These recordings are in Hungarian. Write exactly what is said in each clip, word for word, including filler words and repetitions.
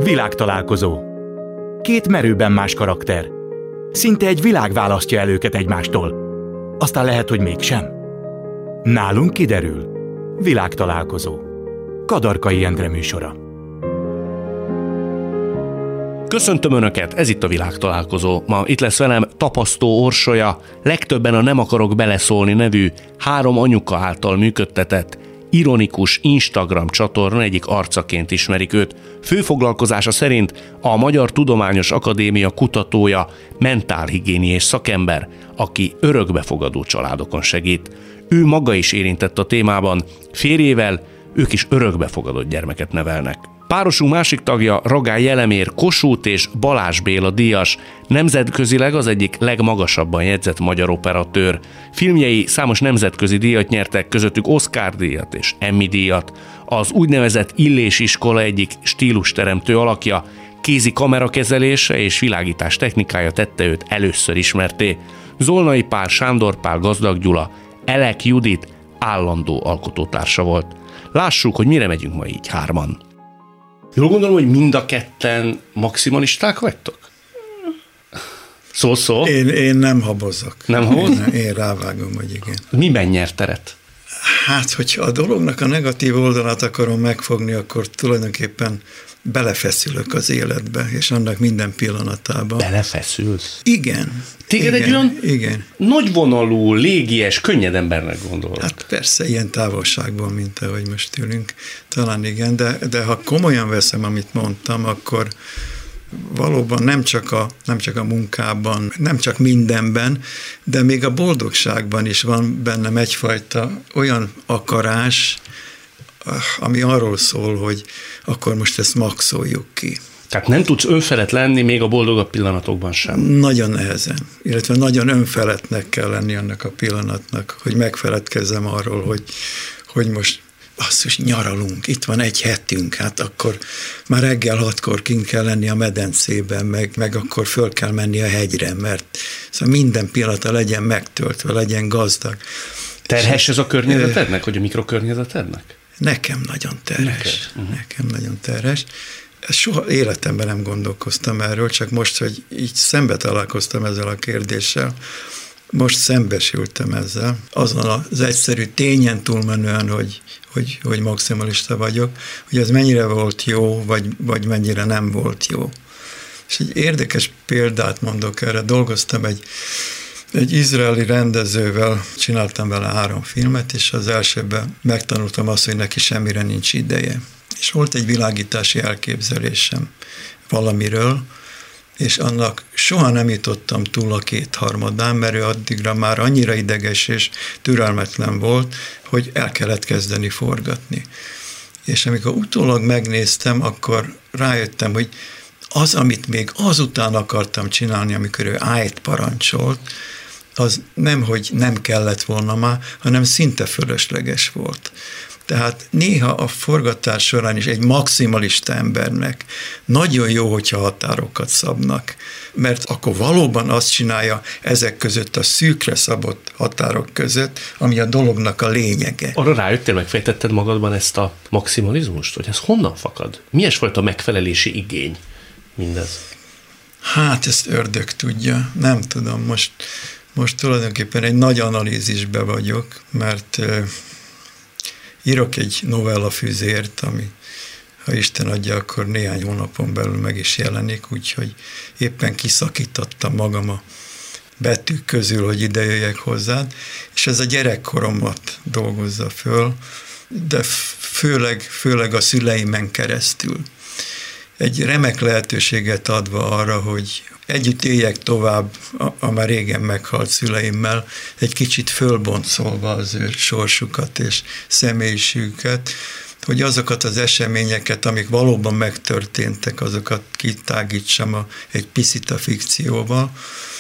Világtalálkozó. Két merőben más karakter. Szinte egy világ választja el őket egymástól. Aztán lehet, hogy mégsem. Nálunk kiderül. Világtalálkozó. Kadarkai Endre műsora. Köszöntöm Önöket, ez itt a Világtalálkozó. Ma itt lesz velem Tapasztó Orsolya, legtöbben a Nem akarok beleszólni nevű három anyuka által működtetett ironikus Instagram csatorna egyik arcaként ismerik őt. Főfoglalkozása szerint a Magyar Tudományos Akadémia kutatója, mentálhigiéniás szakember, aki örökbefogadó családokon segít. Ő maga is érintett a témában, férjével ők is örökbefogadott gyermeket nevelnek. Párosunk másik tagja Ragály Jelemér, Kossuth és Balázs Béla díjas, nemzetközileg az egyik legmagasabban jegyzett magyar operatőr. Filmjei számos nemzetközi díjat nyertek, közöttük Oscar-díjat és Emmy-díjat. Az úgynevezett Illés iskola egyik stílusteremtő alakja, kézi kamerakezelése és világítás technikája tette őt először ismerté. Zolnai Pál, Sándor Pál, Gazdag Gyula, Elek Judit állandó alkotótársa volt. Lássuk, hogy mire megyünk ma így hárman. Jól gondolom, hogy mind a ketten maximalisták vagytok? Szó-szó? Én, én nem habozok. Nem haboz? Én, én rávágom, hogy igen. Miben nyer teret? Hát, hogyha a dolognak a negatív oldalát akarom megfogni, akkor tulajdonképpen belefeszülök az életbe, és annak minden pillanatában. Belefeszülsz? Igen. Téged igen, egy olyan igen. nagyvonalú, légies, könnyed embernek gondolod. Hát persze, ilyen távolságban, mint ahogy most ülünk. Talán igen, de, de ha komolyan veszem, amit mondtam, akkor valóban nem csak, a, nem csak a munkában, nem csak mindenben, de még a boldogságban is van bennem egyfajta olyan akarás, ami arról szól, hogy akkor most ezt maxoljuk ki. Tehát nem tudsz önfelett lenni még a boldogabb pillanatokban sem? Nagyon nehezen, illetve nagyon önfeledtnek kell lenni annak a pillanatnak, hogy megfeledkezzem arról, hogy, hogy most basszus, nyaralunk, itt van egy hetünk, hát akkor már reggel hatkor kint kell lenni a medencében, meg, meg akkor föl kell menni a hegyre, mert szóval minden pillanata legyen megtöltve, legyen gazdag. Terhes ez a környezetednek, hogy a mikrokörnyezetednek? Nekem nagyon terhes. Uh-huh. Nekem nagyon terhes. Soha életemben nem gondolkoztam erről, csak most, hogy így szembe találkoztam ezzel a kérdéssel, most szembesültem ezzel, azon az egyszerű tényen túlmenően, hogy, hogy, hogy maximalista vagyok, hogy ez mennyire volt jó, vagy, vagy mennyire nem volt jó. És egy érdekes példát mondok erre, dolgoztam egy Egy izraeli rendezővel, csináltam vele három filmet, és az elsőben megtanultam azt, hogy neki semmire nincs ideje. És volt egy világítási elképzelésem valamiről, és annak soha nem jutottam túl a kétharmadán, mert ő addigra már annyira ideges és türelmetlen volt, hogy el kellett kezdeni forgatni. És amikor utólag megnéztem, akkor rájöttem, hogy az, amit még azután akartam csinálni, amikor ő állt parancsolt, az nem, hogy nem kellett volna már, hanem szinte fölösleges volt. Tehát néha a forgatás során is egy maximalista embernek nagyon jó, hogyha határokat szabnak, mert akkor valóban azt csinálja ezek között a szűkre szabott határok között, ami a dolognak a lényege. Arra rájöttél, megfejtetted magadban ezt a maximalizmust, hogy ez honnan fakad? Milyen fajta megfelelési igény mindez? Hát ezt ördög tudja, nem tudom, most, most tulajdonképpen egy nagy analízisbe vagyok, mert uh, írok egy novella füzért, ami, ha Isten adja, akkor néhány hónapon belül meg is jelenik, úgyhogy éppen kiszakítottam magam a betűk közül, hogy ide jöjjek hozzád, és ez a gyerekkoromat dolgozza föl, de főleg, főleg a szüleimen keresztül. Egy remek lehetőséget adva arra, hogy együtt éljek tovább a, a már régen meghalt szüleimmel, egy kicsit fölboncolva az ő sorsukat és személyiségüket, hogy azokat az eseményeket, amik valóban megtörténtek, azokat kitágítsam a, egy picit a fikcióval,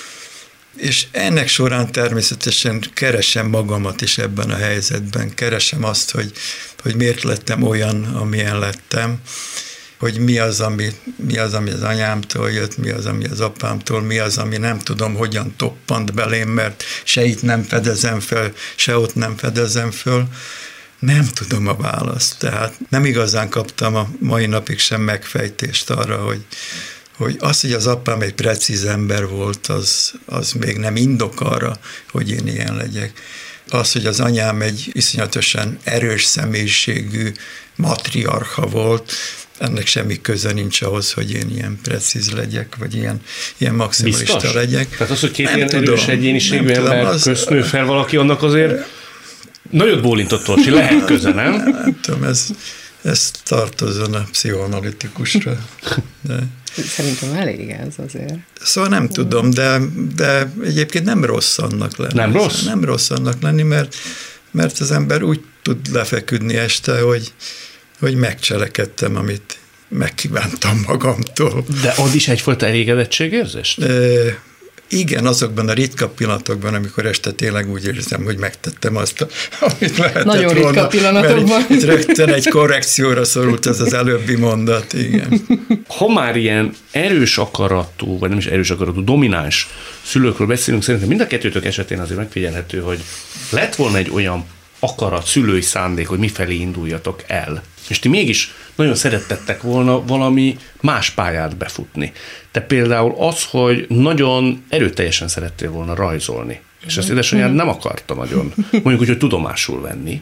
és ennek során természetesen keresem magamat is ebben a helyzetben, keresem azt, hogy, hogy miért lettem olyan, amilyen lettem, hogy mi az, ami, mi az, ami az anyámtól jött, mi az, ami az apámtól, mi az, ami nem tudom, hogyan toppant belém, mert se itt nem fedezem fel, se ott nem fedezem föl. Nem tudom a választ, tehát nem igazán kaptam a mai napig sem megfejtést arra, hogy, hogy az, hogy az apám egy precíz ember volt, az, az még nem indok arra, hogy én ilyen legyek. Az, hogy az anyám egy iszonyatosan erős személyiségű matriarcha volt, ennek semmi köze nincs ahhoz, hogy én ilyen precíz legyek, vagy ilyen, ilyen maximalista Biztos? legyek. Tehát az, hogy két nem ilyen tudom, erős egyéniségű ember az, közt nő fel valaki, annak azért nagyot bólintott, Orsi, lehet köze, nem? Nem tudom, ez, ez tartozzon a pszichoanalitikusra. De... Szerintem elég ez azért. Szóval nem tudom, de, de egyébként nem rossz annak lenni. Nem rossz? Nem rossz annak lenni, mert, mert az ember úgy tud lefeküdni este, hogy, hogy megcselekedtem, amit megkívántam magamtól. De ad is egyfajta elégedettségérzést? E, igen, azokban a ritka pillanatokban, amikor este tényleg úgy érzem, hogy megtettem azt, amit lehetett Nagyon ritka volna, pillanatokban. Itt rögtön egy korrekcióra szorult ez az előbbi mondat, igen. Ha már ilyen erős akaratú, vagy nem is erős akaratú, domináns szülőkről beszélünk, szerintem mind a kettőtök esetén azért megfigyelhető, hogy lett volna egy olyan akarat, szülői szándék, hogy mifelé induljatok el. És ti mégis nagyon szerettettek volna valami más pályát befutni. Te például az, hogy nagyon erőteljesen szerettél volna rajzolni, és ezt édesanyád nem akarta nagyon, mondjuk úgy, hogy tudomásul venni.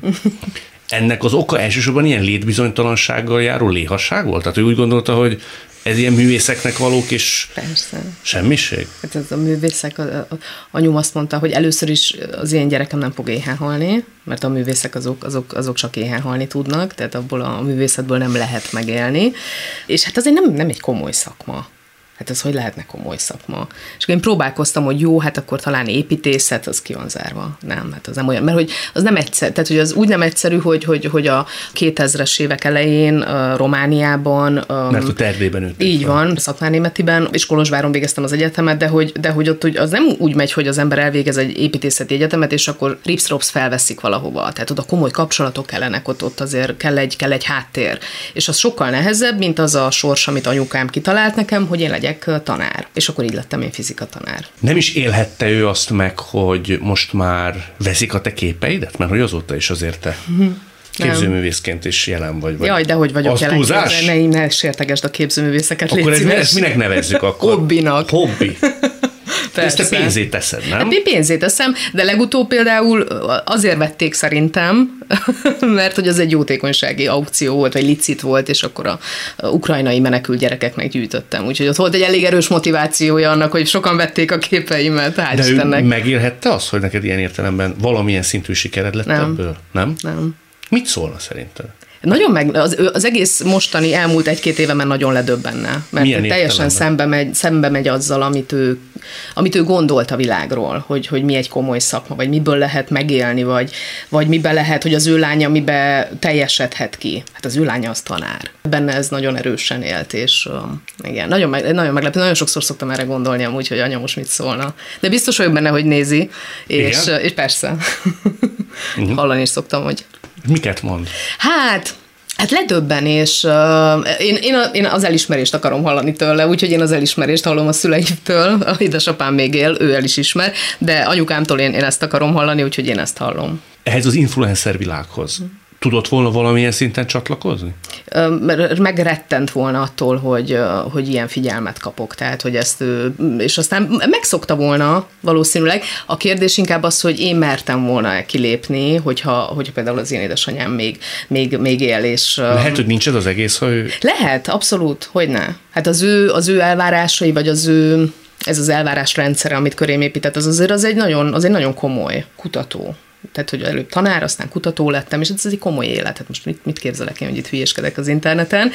Ennek az oka elsősorban ilyen létbizonytalansággal járó léhasság volt? Tehát ő úgy gondolta, hogy ez ilyen művészeknek valók és Persze. semmiség? Hát ez a művészek, a, a, anyum azt mondta, hogy először is az én gyerekem nem fog éhen halni, mert a művészek azok, azok, azok csak éhen halni tudnak, tehát abból a művészetből nem lehet megélni. És hát azért nem, nem egy komoly szakma. Hát ez hogy lehetne komoly szakma? És akkor én próbálkoztam, hogy jó, hát akkor talán építészet, az ki van zárva. Nem, hát az nem olyan, mert hogy az nem egyszerű, tehát hogy az úgy nem egyszerű, hogy, hogy, hogy a kétezres évek elején uh, Romániában... Um, mert ott Erdélyben nőttél. Így van, Szatmárnémetiben, és Kolozsváron végeztem az egyetemet, de hogy, de hogy ott úgy, az nem úgy megy, hogy az ember elvégez egy építészeti egyetemet, és akkor rips-rops felveszik valahova. Tehát oda komoly kapcsolatok kellenek, ott, ott azért kell egy, kell egy háttér. És az sokkal nehezebb, mint az a sors, amit anyukám kitalált nekem, hogy én legyek tanár. És akkor így lettem én fizika tanár. Nem is élhette ő azt meg, hogy most már veszik a te képeidet? Mert hogy azóta is azért te képzőművészként is jelen vagy. vagy. Jaj, de hogy vagyok az jelen. Túlzás? Ne, ne sértegesd a képzőművészeket, akkor légy ez minek nevezzük akkor? Hobbinak. Hobbi. Persze. Ezt te pénzét teszed, nem? Hát én pénzét teszem, de legutóbb például azért vették szerintem, mert hogy az egy jótékonysági aukció volt, vagy licit volt, és akkor a, a ukrajnai menekült gyerekeknek gyűjtöttem. Úgyhogy ott volt egy elég erős motivációja annak, hogy sokan vették a képeimet, hál' de Istennek. ő megélhette azt, hogy neked ilyen értelemben valamilyen szintű sikered lett Nem. ebből? Nem? Nem. Mit szólna szerinted? Nagyon meg, az, az egész mostani elmúlt egy-két évemen nagyon ledöbbenne, mert Milyen teljesen szembe megy, szembe megy azzal, amit ő, amit ő gondolt a világról, hogy, hogy mi egy komoly szakma, vagy miből lehet megélni, vagy, vagy miben lehet, hogy az ő lánya mibe teljesedhet ki. Hát az ő lánya az tanár. Benne ez nagyon erősen élt, és um, igen, nagyon, meg, nagyon meglepő. Nagyon sokszor szoktam erre gondolni amúgy, hogy anya most mit szólna. De biztos vagyok benne, hogy nézi, és, és persze. Uh-huh. Hallani is szoktam, hogy miket mond? Hát, hát ledöbben, és uh, én, én, a, én az elismerést akarom hallani tőle, úgyhogy én az elismerést hallom a szüleimtől, a édesapám még él, ő el is ismer, de anyukámtól én, én ezt akarom hallani, úgyhogy én ezt hallom. Ehhez az influencer világhoz tudott volna valamilyen szinten csatlakozni? Megrettent volna attól, hogy, hogy ilyen figyelmet kapok, tehát, hogy ezt, és aztán megszokta volna valószínűleg. A kérdés inkább az, hogy én mertem volna kilépni, hogyha, hogyha például az én édesanyám még, még, még él, és... Lehet, hogy nincs ez az egész, ha ő... Lehet, abszolút, hogyne. Hát az ő, az ő elvárásai, vagy az ő, ez az elvárás rendszere, amit körém épített, az azért az egy nagyon, az egy nagyon komoly kutató. Tehát, hogy előbb tanár, aztán kutató lettem, és ez egy komoly élet. Hát most mit, mit képzelek én, hogy itt hülyéskedek az interneten?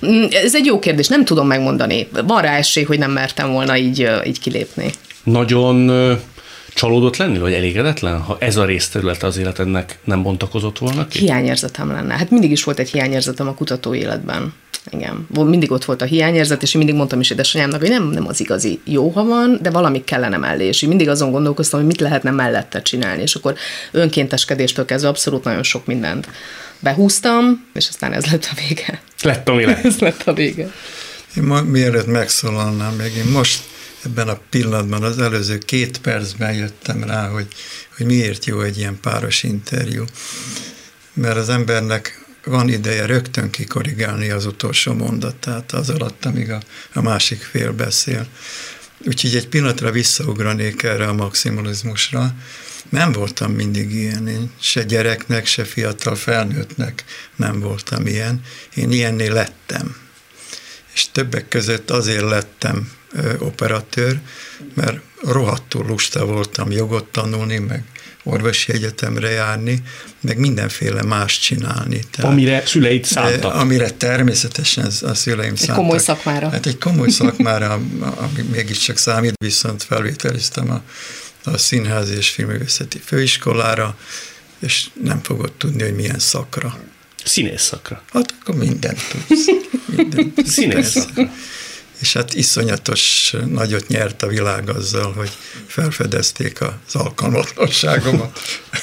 Ez egy jó kérdés, nem tudom megmondani. Van rá esély, hogy nem mertem volna így, így kilépni. Nagyon csalódott lenni, vagy elégedetlen, ha ez a részterület az életednek nem bontakozott volna ki? Hiányérzetem lenne. Hát mindig is volt egy hiányérzetem a kutató életben. Igen. Mindig ott volt a hiányérzet, és én mindig mondtam is édesanyámnak, hogy nem, nem az igazi jó, ha van, de valami kellene mellé, és én mindig azon gondolkoztam, hogy mit lehetne mellette csinálni, és akkor önkénteskedéstől kezdve abszolút nagyon sok mindent behúztam, és aztán ez lett a vége. Lett, ami lett. Ez lett a vége. Én ma, mielőtt megszólalnám, még én most ebben a pillanatban, az előző két percben jöttem rá, hogy, hogy miért jó egy ilyen páros interjú. mert az embernek van ideje rögtön kikorrigálni az utolsó mondatát, az alatt, amíg a, a másik fél beszél. Úgyhogy egy pillanatra visszaugranék erre a maximalizmusra. Nem voltam mindig ilyen, én se gyereknek, se fiatal felnőttnek nem voltam ilyen. Én ilyenné lettem. És többek között azért lettem ö, operatőr, mert rohadtul lusta voltam jogot tanulni, meg orvosi egyetemre járni, meg mindenféle más csinálni. Tehát, amire szüleid szántak. Amire természetesen a szüleim szántak. Egy komoly szakmára. Hát egy komoly szakmára, ami mégiscsak számít, viszont felvételiztem a, a Színházi és Filmművészeti Főiskolára, és nem fogod tudni, hogy milyen szakra. Színész szakra. Hát akkor mindent tudsz. Mindent. Színész szakra. És hát iszonyatos nagyot nyert a világ azzal, hogy felfedezték az alkalmatlanságomat.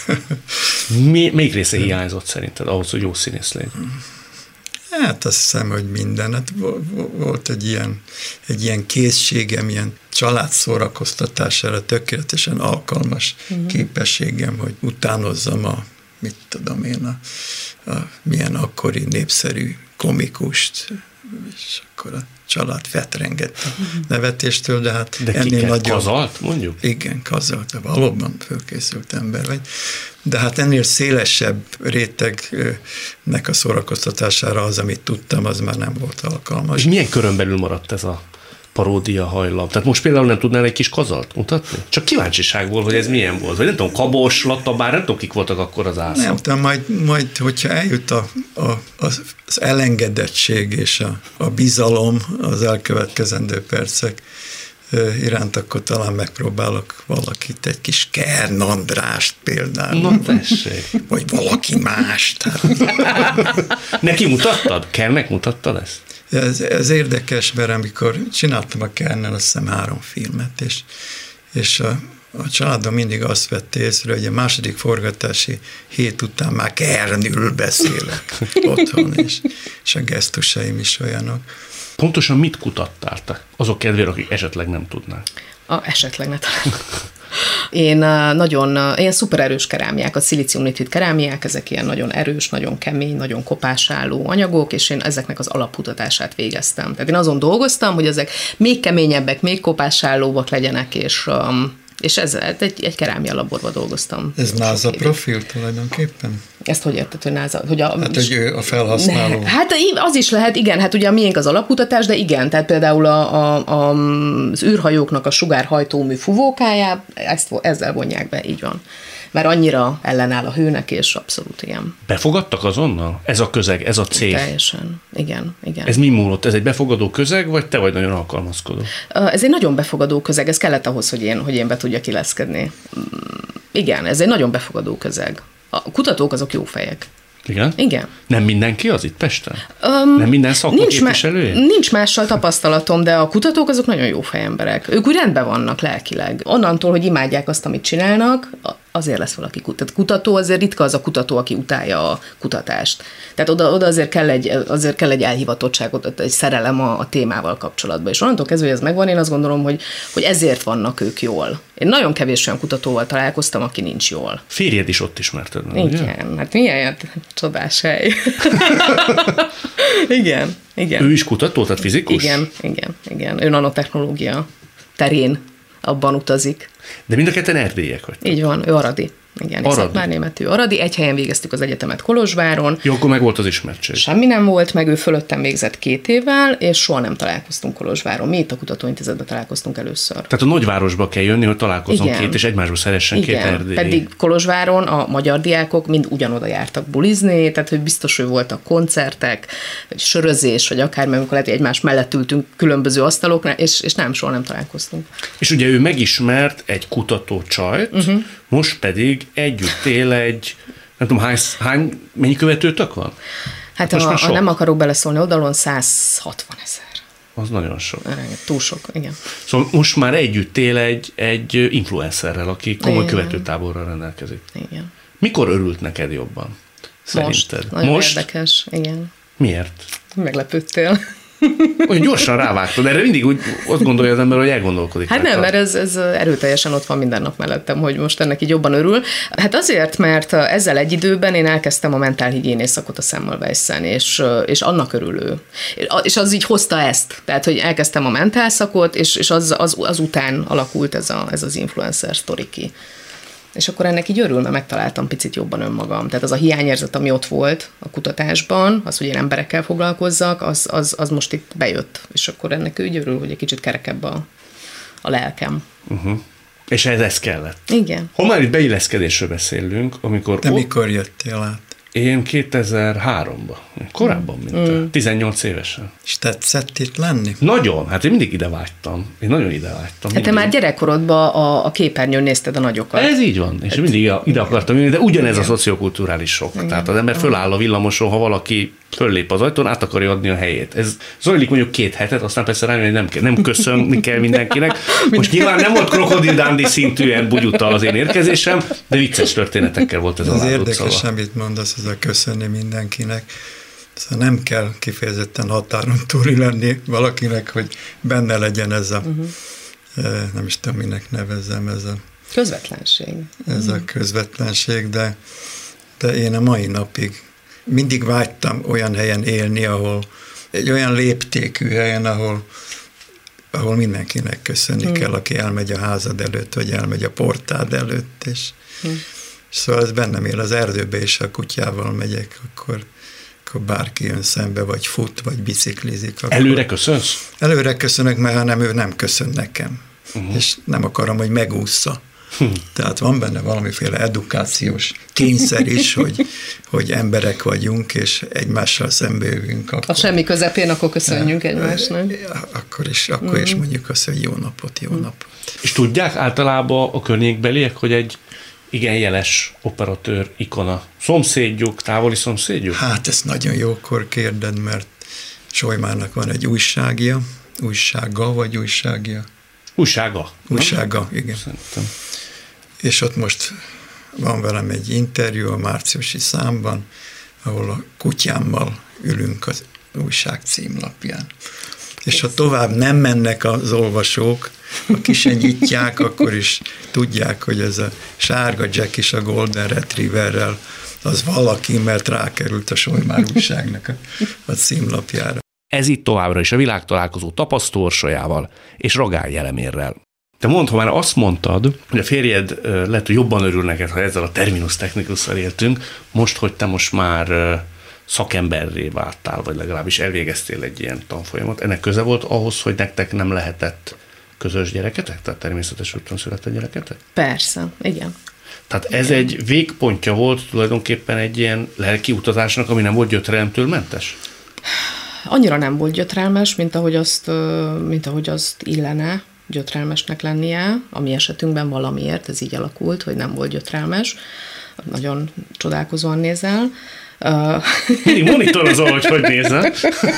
Mi, melyik része hiányzott szerinted ahhoz, hogy jó színész legyen? Hát azt hiszem, hogy minden. Hát volt egy ilyen, egy ilyen készségem, ilyen család szórakoztatására tökéletesen alkalmas uh-huh. képességem, hogy utánozzam a, mit tudom én, a, a milyen akkori népszerű komikust, és akkor a család fetrengett a nevetéstől, de hát de ennél nagyobb... Kazalt, mondjuk? Igen, kazalt, de valóban fölkészült ember vagy. De hát ennél szélesebb rétegnek a szórakoztatására az, amit tudtam, az már nem volt alkalmas. És milyen körön belül maradt ez a paródia hajlam? Tehát most például nem tudnál egy kis kazalt mutatni? Csak kíváncsiságból, hogy ez milyen volt. Vagy nem tudom, Kabos, Latta, bár nem tudom, kik voltak akkor az ászok. Nem tudom, majd, majd hogyha eljut a, a, az, az elengedettség és a, a bizalom az elkövetkezendő percek iránt, akkor talán megpróbálok valakit, egy kis Kern Andrást például. Na tessék. Vagy valaki mást. Neki mutattad? Kernnek mutattad ezt? Ez, ez érdekes, mert amikor csináltam a Kernnel, azt hiszem három filmet, és, és a, a családom mindig azt vette észre, hogy a második forgatási hét után már Kernül beszélek otthon, és, és a gesztusaim is olyanok. Pontosan mit kutattál te? Azok kedvére, akik esetleg nem tudnák. A, esetleg ne talán. Én nagyon, ilyen szupererős kerámiák, szilíciumnitrid kerámiák, ezek ilyen nagyon erős, nagyon kemény, nagyon kopásálló anyagok, és én ezeknek az alapkutatását végeztem. Tehát én azon dolgoztam, hogy ezek még keményebbek, még kopásállóbbak legyenek, és, és ezzel egy, egy kerámia laborban dolgoztam. Ez NASA profil tulajdonképpen? Ezt hogy érted, hogy NASA? Hogy a, hát, hogy ő a felhasználó. Ne, hát az is lehet, igen, hát ugye a miénk az alapkutatás, de igen, tehát például a, a, a, az űrhajóknak a sugárhajtómű fúvókáját, ezt, ezzel vonják be, így van. Mert annyira ellenáll a hőnek, és abszolút igen. Befogadtak azonnal? Ez a közeg, ez a cég? Teljesen, igen, igen. Ez mi múlott? Ez egy befogadó közeg, vagy te vagy nagyon alkalmazkodó? Ez egy nagyon befogadó közeg, ez kellett ahhoz, hogy én, hogy én be tudjak illeszkedni. Igen, ez egy nagyon befogadó közeg. A kutatók azok jó fejek. Igen? Igen. Nem mindenki az itt Pesten? Um, nem minden szakma képviselője? Má- nincs mással tapasztalatom, de a kutatók azok nagyon jó fejemberek. Ők úgy rendben vannak lelkileg. Onnantól, hogy imádják azt, amit csinálnak, azért lesz valaki kutató. Kutató, azért ritka az a kutató, aki utálja a kutatást. Tehát oda, oda azért, kell egy, azért kell egy elhivatottság, egy szerelem a, a témával kapcsolatban. És onnantól kezdve, hogy ez megvan, én azt gondolom, hogy, hogy ezért vannak ők jól. Én nagyon kevés olyan kutatóval találkoztam, aki nincs jól. Férjed is ott ismerted. Igen, ugye? Hát milyen csodás hely. igen, igen. Ő is kutató, tehát fizikus? Igen, igen, igen. Ő nanotechnológia terén abban utazik. De mind a ketten erdélyek vagytok. Így van, ő aradi. Igen, Aradi. Már németű aradi. Egy helyen végeztük az egyetemet Kolozsváron. Jó, akkor meg volt az ismertség. Semmi nem volt, meg ő fölöttem végzett két évvel, és soha nem találkoztunk Kolozsváron. Mi itt a kutatóintézetben találkoztunk először. Tehát a nagyvárosba kell jönni, hogy találkozzon Igen. két, és egymásba szeressen Igen. két erdélyi. Pedig Kolozsváron a magyar diákok mind ugyanoda jártak bulizni, tehát hogy biztos, hogy voltak koncertek, vagy sörözés, vagy akármi, amikor lehet, hogy egymás mellett ültünk különböző asztaloknál, és, és nem, soha nem találkoztunk. És ugye ő megismert egy kutató csajt, uh-huh. most pedig együtt él egy, nem tudom, hány, hány mennyi követőtök van? Hát a, a nem akarok beleszólni oldalon, száz hatvan ezer. Az nagyon sok. Túl sok, igen. Szóval most már együtt él egy, egy influencerrel, aki komoly igen. követőtáborral rendelkezik. Igen. Mikor örült neked jobban? Szerinted? Most. Nagyon most? Érdekes, igen. Miért? Meglepődtél. Olyan gyorsan rávágtad. Erre mindig úgy azt gondolja az ember, hogy elgondolkodik. Hát nem, mert ez, ez erőteljesen ott van minden nap mellettem, hogy most ennek így jobban örül. Hát azért, mert ezzel egy időben én elkezdtem a mentálhigiénész szakot a Semmelweisen, és, és annak örülő. És az így hozta ezt. Tehát, hogy elkezdtem a mentál szakot, és, és az, az, az után alakult ez, a, ez az influencer sztori ki. És akkor ennek így örül, mert megtaláltam picit jobban önmagam. Tehát az a hiányérzet, ami ott volt a kutatásban, az, hogy én emberekkel foglalkozzak, az, az, az most itt bejött. És akkor ennek úgy örül, hogy egy kicsit kerekebb a, a lelkem. Uh-huh. És ez, ez kellett. Igen. Ha már itt beilleszkedésről beszélünk, amikor... De mikor jöttél át? Én kétezer-háromban. Korábban, mint mm. tizennyolc évesen. És tetszett itt lenni? Nagyon. Hát én mindig ide vágytam. Én nagyon ide vágytam. Hát te már gyerekkorodban a, a képernyőn nézted a nagyokat. Ez így van. És hát, mindig ide akartam jönni, de ugyanez igen. a szociokulturális sok. Igen. Tehát az ember föláll a villamoson, ha valaki föllép az ajtón, át akarja adni a helyét. Ez zajlik mondjuk két hetet, aztán persze rájön, hogy nem, kell, nem köszönni kell mindenkinek. Most nyilván nem volt Krokodil Dundee szintűen bugyuta az én érkezésem, de vicces történetekkel volt ez az a érdekes, szava. amit mondasz, ez a köszönni mindenkinek. Szóval nem kell kifejezetten határon túli lenni valakinek, hogy benne legyen ez a, uh-huh. nem is tudom, minek nevezzem, ez a közvetlenség. Ez uh-huh. a közvetlenség, de, de én a mai napig mindig vágytam olyan helyen élni, ahol egy olyan léptékű helyen, ahol, ahol mindenkinek köszönni hmm. kell, aki elmegy a házad előtt, vagy elmegy a portád előtt, és, hmm. és szóval ez bennem él, az erdőbe és a kutyával megyek, akkor, akkor bárki jön szembe, vagy fut, vagy biciklizik. Akkor előre köszönsz? Előre köszönök, mert hanem ő nem köszön nekem, uh-huh. és nem akarom, hogy megúszza. Hmm. Tehát van benne valamiféle edukációs kényszer is, hogy, hogy emberek vagyunk, és egymással szembejövünk. A semmi közepén, akkor köszönjünk egymásnak. Akkor is, akkor mm. is mondjuk azt, hogy jó napot, jó mm. napot. És tudják általában a környékbeliek, hogy egy igen jeles operatőr ikona szomszédjuk, távoli szomszédjuk? Hát ezt nagyon jókor kérded, mert Solymának van egy újságja, újsága vagy újságja? Újsága. Újsága, igen. Szerintem. És ott most van velem egy interjú a márciusi számban, ahol a kutyámmal ülünk az újság címlapján. És ha tovább nem mennek az olvasók, ha ki se nyitják, akkor is tudják, hogy ez a sárga Jack is a Golden Retrieverrel, az valaki, mert rákerült a Solymár újságnak a, a címlapjára. Ez itt továbbra is a világtalálkozó tapasztó Orsolyával és Rogán Jelemérrel. Te mondd, ha már azt mondtad, hogy a férjed lehet, hogy jobban örül neked, ha ezzel a terminus technikusszal éltünk, most, hogy te most már szakemberré váltál, vagy legalábbis elvégeztél egy ilyen tanfolyamot, ennek köze volt ahhoz, hogy nektek nem lehetett közös gyereketek? Tehát természetes úton született gyereketek? Persze, igen. Tehát ez igen. egy végpontja volt tulajdonképpen egy ilyen lelki utazásnak, ami nem volt gyötrelemtől mentes? Annyira nem volt gyötrelmes, mint ahogy azt, mint ahogy azt illene gyötrelmesnek lennie. A mi esetünkben valamiért ez így alakult, hogy nem volt gyötrelmes. Nagyon csodálkozóan nézel. Mindig monitorozol, hogy hogy nézel.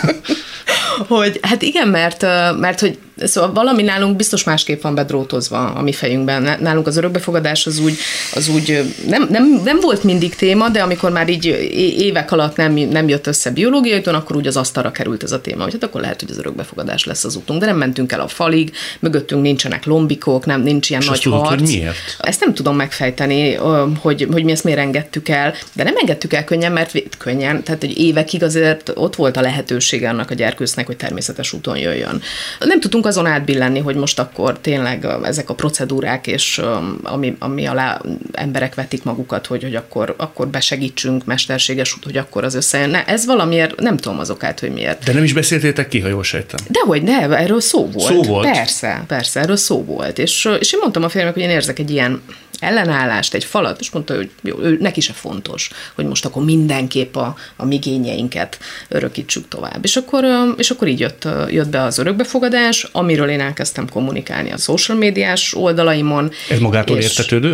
Hogy, hát igen, mert, mert hogy szóval valami nálunk biztos másképp van bedrótozva a mi fejünkben. Nálunk az örökbefogadás az úgy, az úgy nem, nem, nem volt mindig téma, de amikor már így évek alatt nem, nem jött össze biológiai úton, akkor úgy az asztalra került ez a téma, hogy hát akkor lehet, hogy az örökbefogadás lesz az utunk, de nem mentünk el a falig, mögöttünk nincsenek lombikok, nem, nincs ilyen és nagy tudod, harc. Hogy miért? Ezt nem tudom megfejteni, hogy, hogy mi ezt miért engedtük el, de nem engedtük el könnyen, mert könnyen, tehát egy évekig azért ott volt a lehetősége annak a gyerkősznek, hogy természetes úton jöjjön. Nem tudtunk azon átbillenni, hogy most akkor tényleg ezek a procedúrák, és ami, ami alá emberek vetik magukat, hogy, hogy akkor, akkor besegítsünk, mesterséges út, hogy akkor az összejön. Ne, ez valamiért, nem tudom az okát, hogy miért. De nem is beszéltétek ki, ha jól sejtem. Dehogy, de erről szó volt. Szó volt? Persze, persze, erről szó volt. És, és én mondtam a férjemnek, hogy én érzek egy ilyen ellenállást, egy falat, és mondta, hogy jó, ő, neki se fontos, hogy most akkor mindenképp a, a migényeinket örökítsük tovább. És akkor, és akkor így jött, jött be az örökbefogadás, amiről én elkezdtem kommunikálni a social médiás oldalaimon. Ez magától értetődő volt?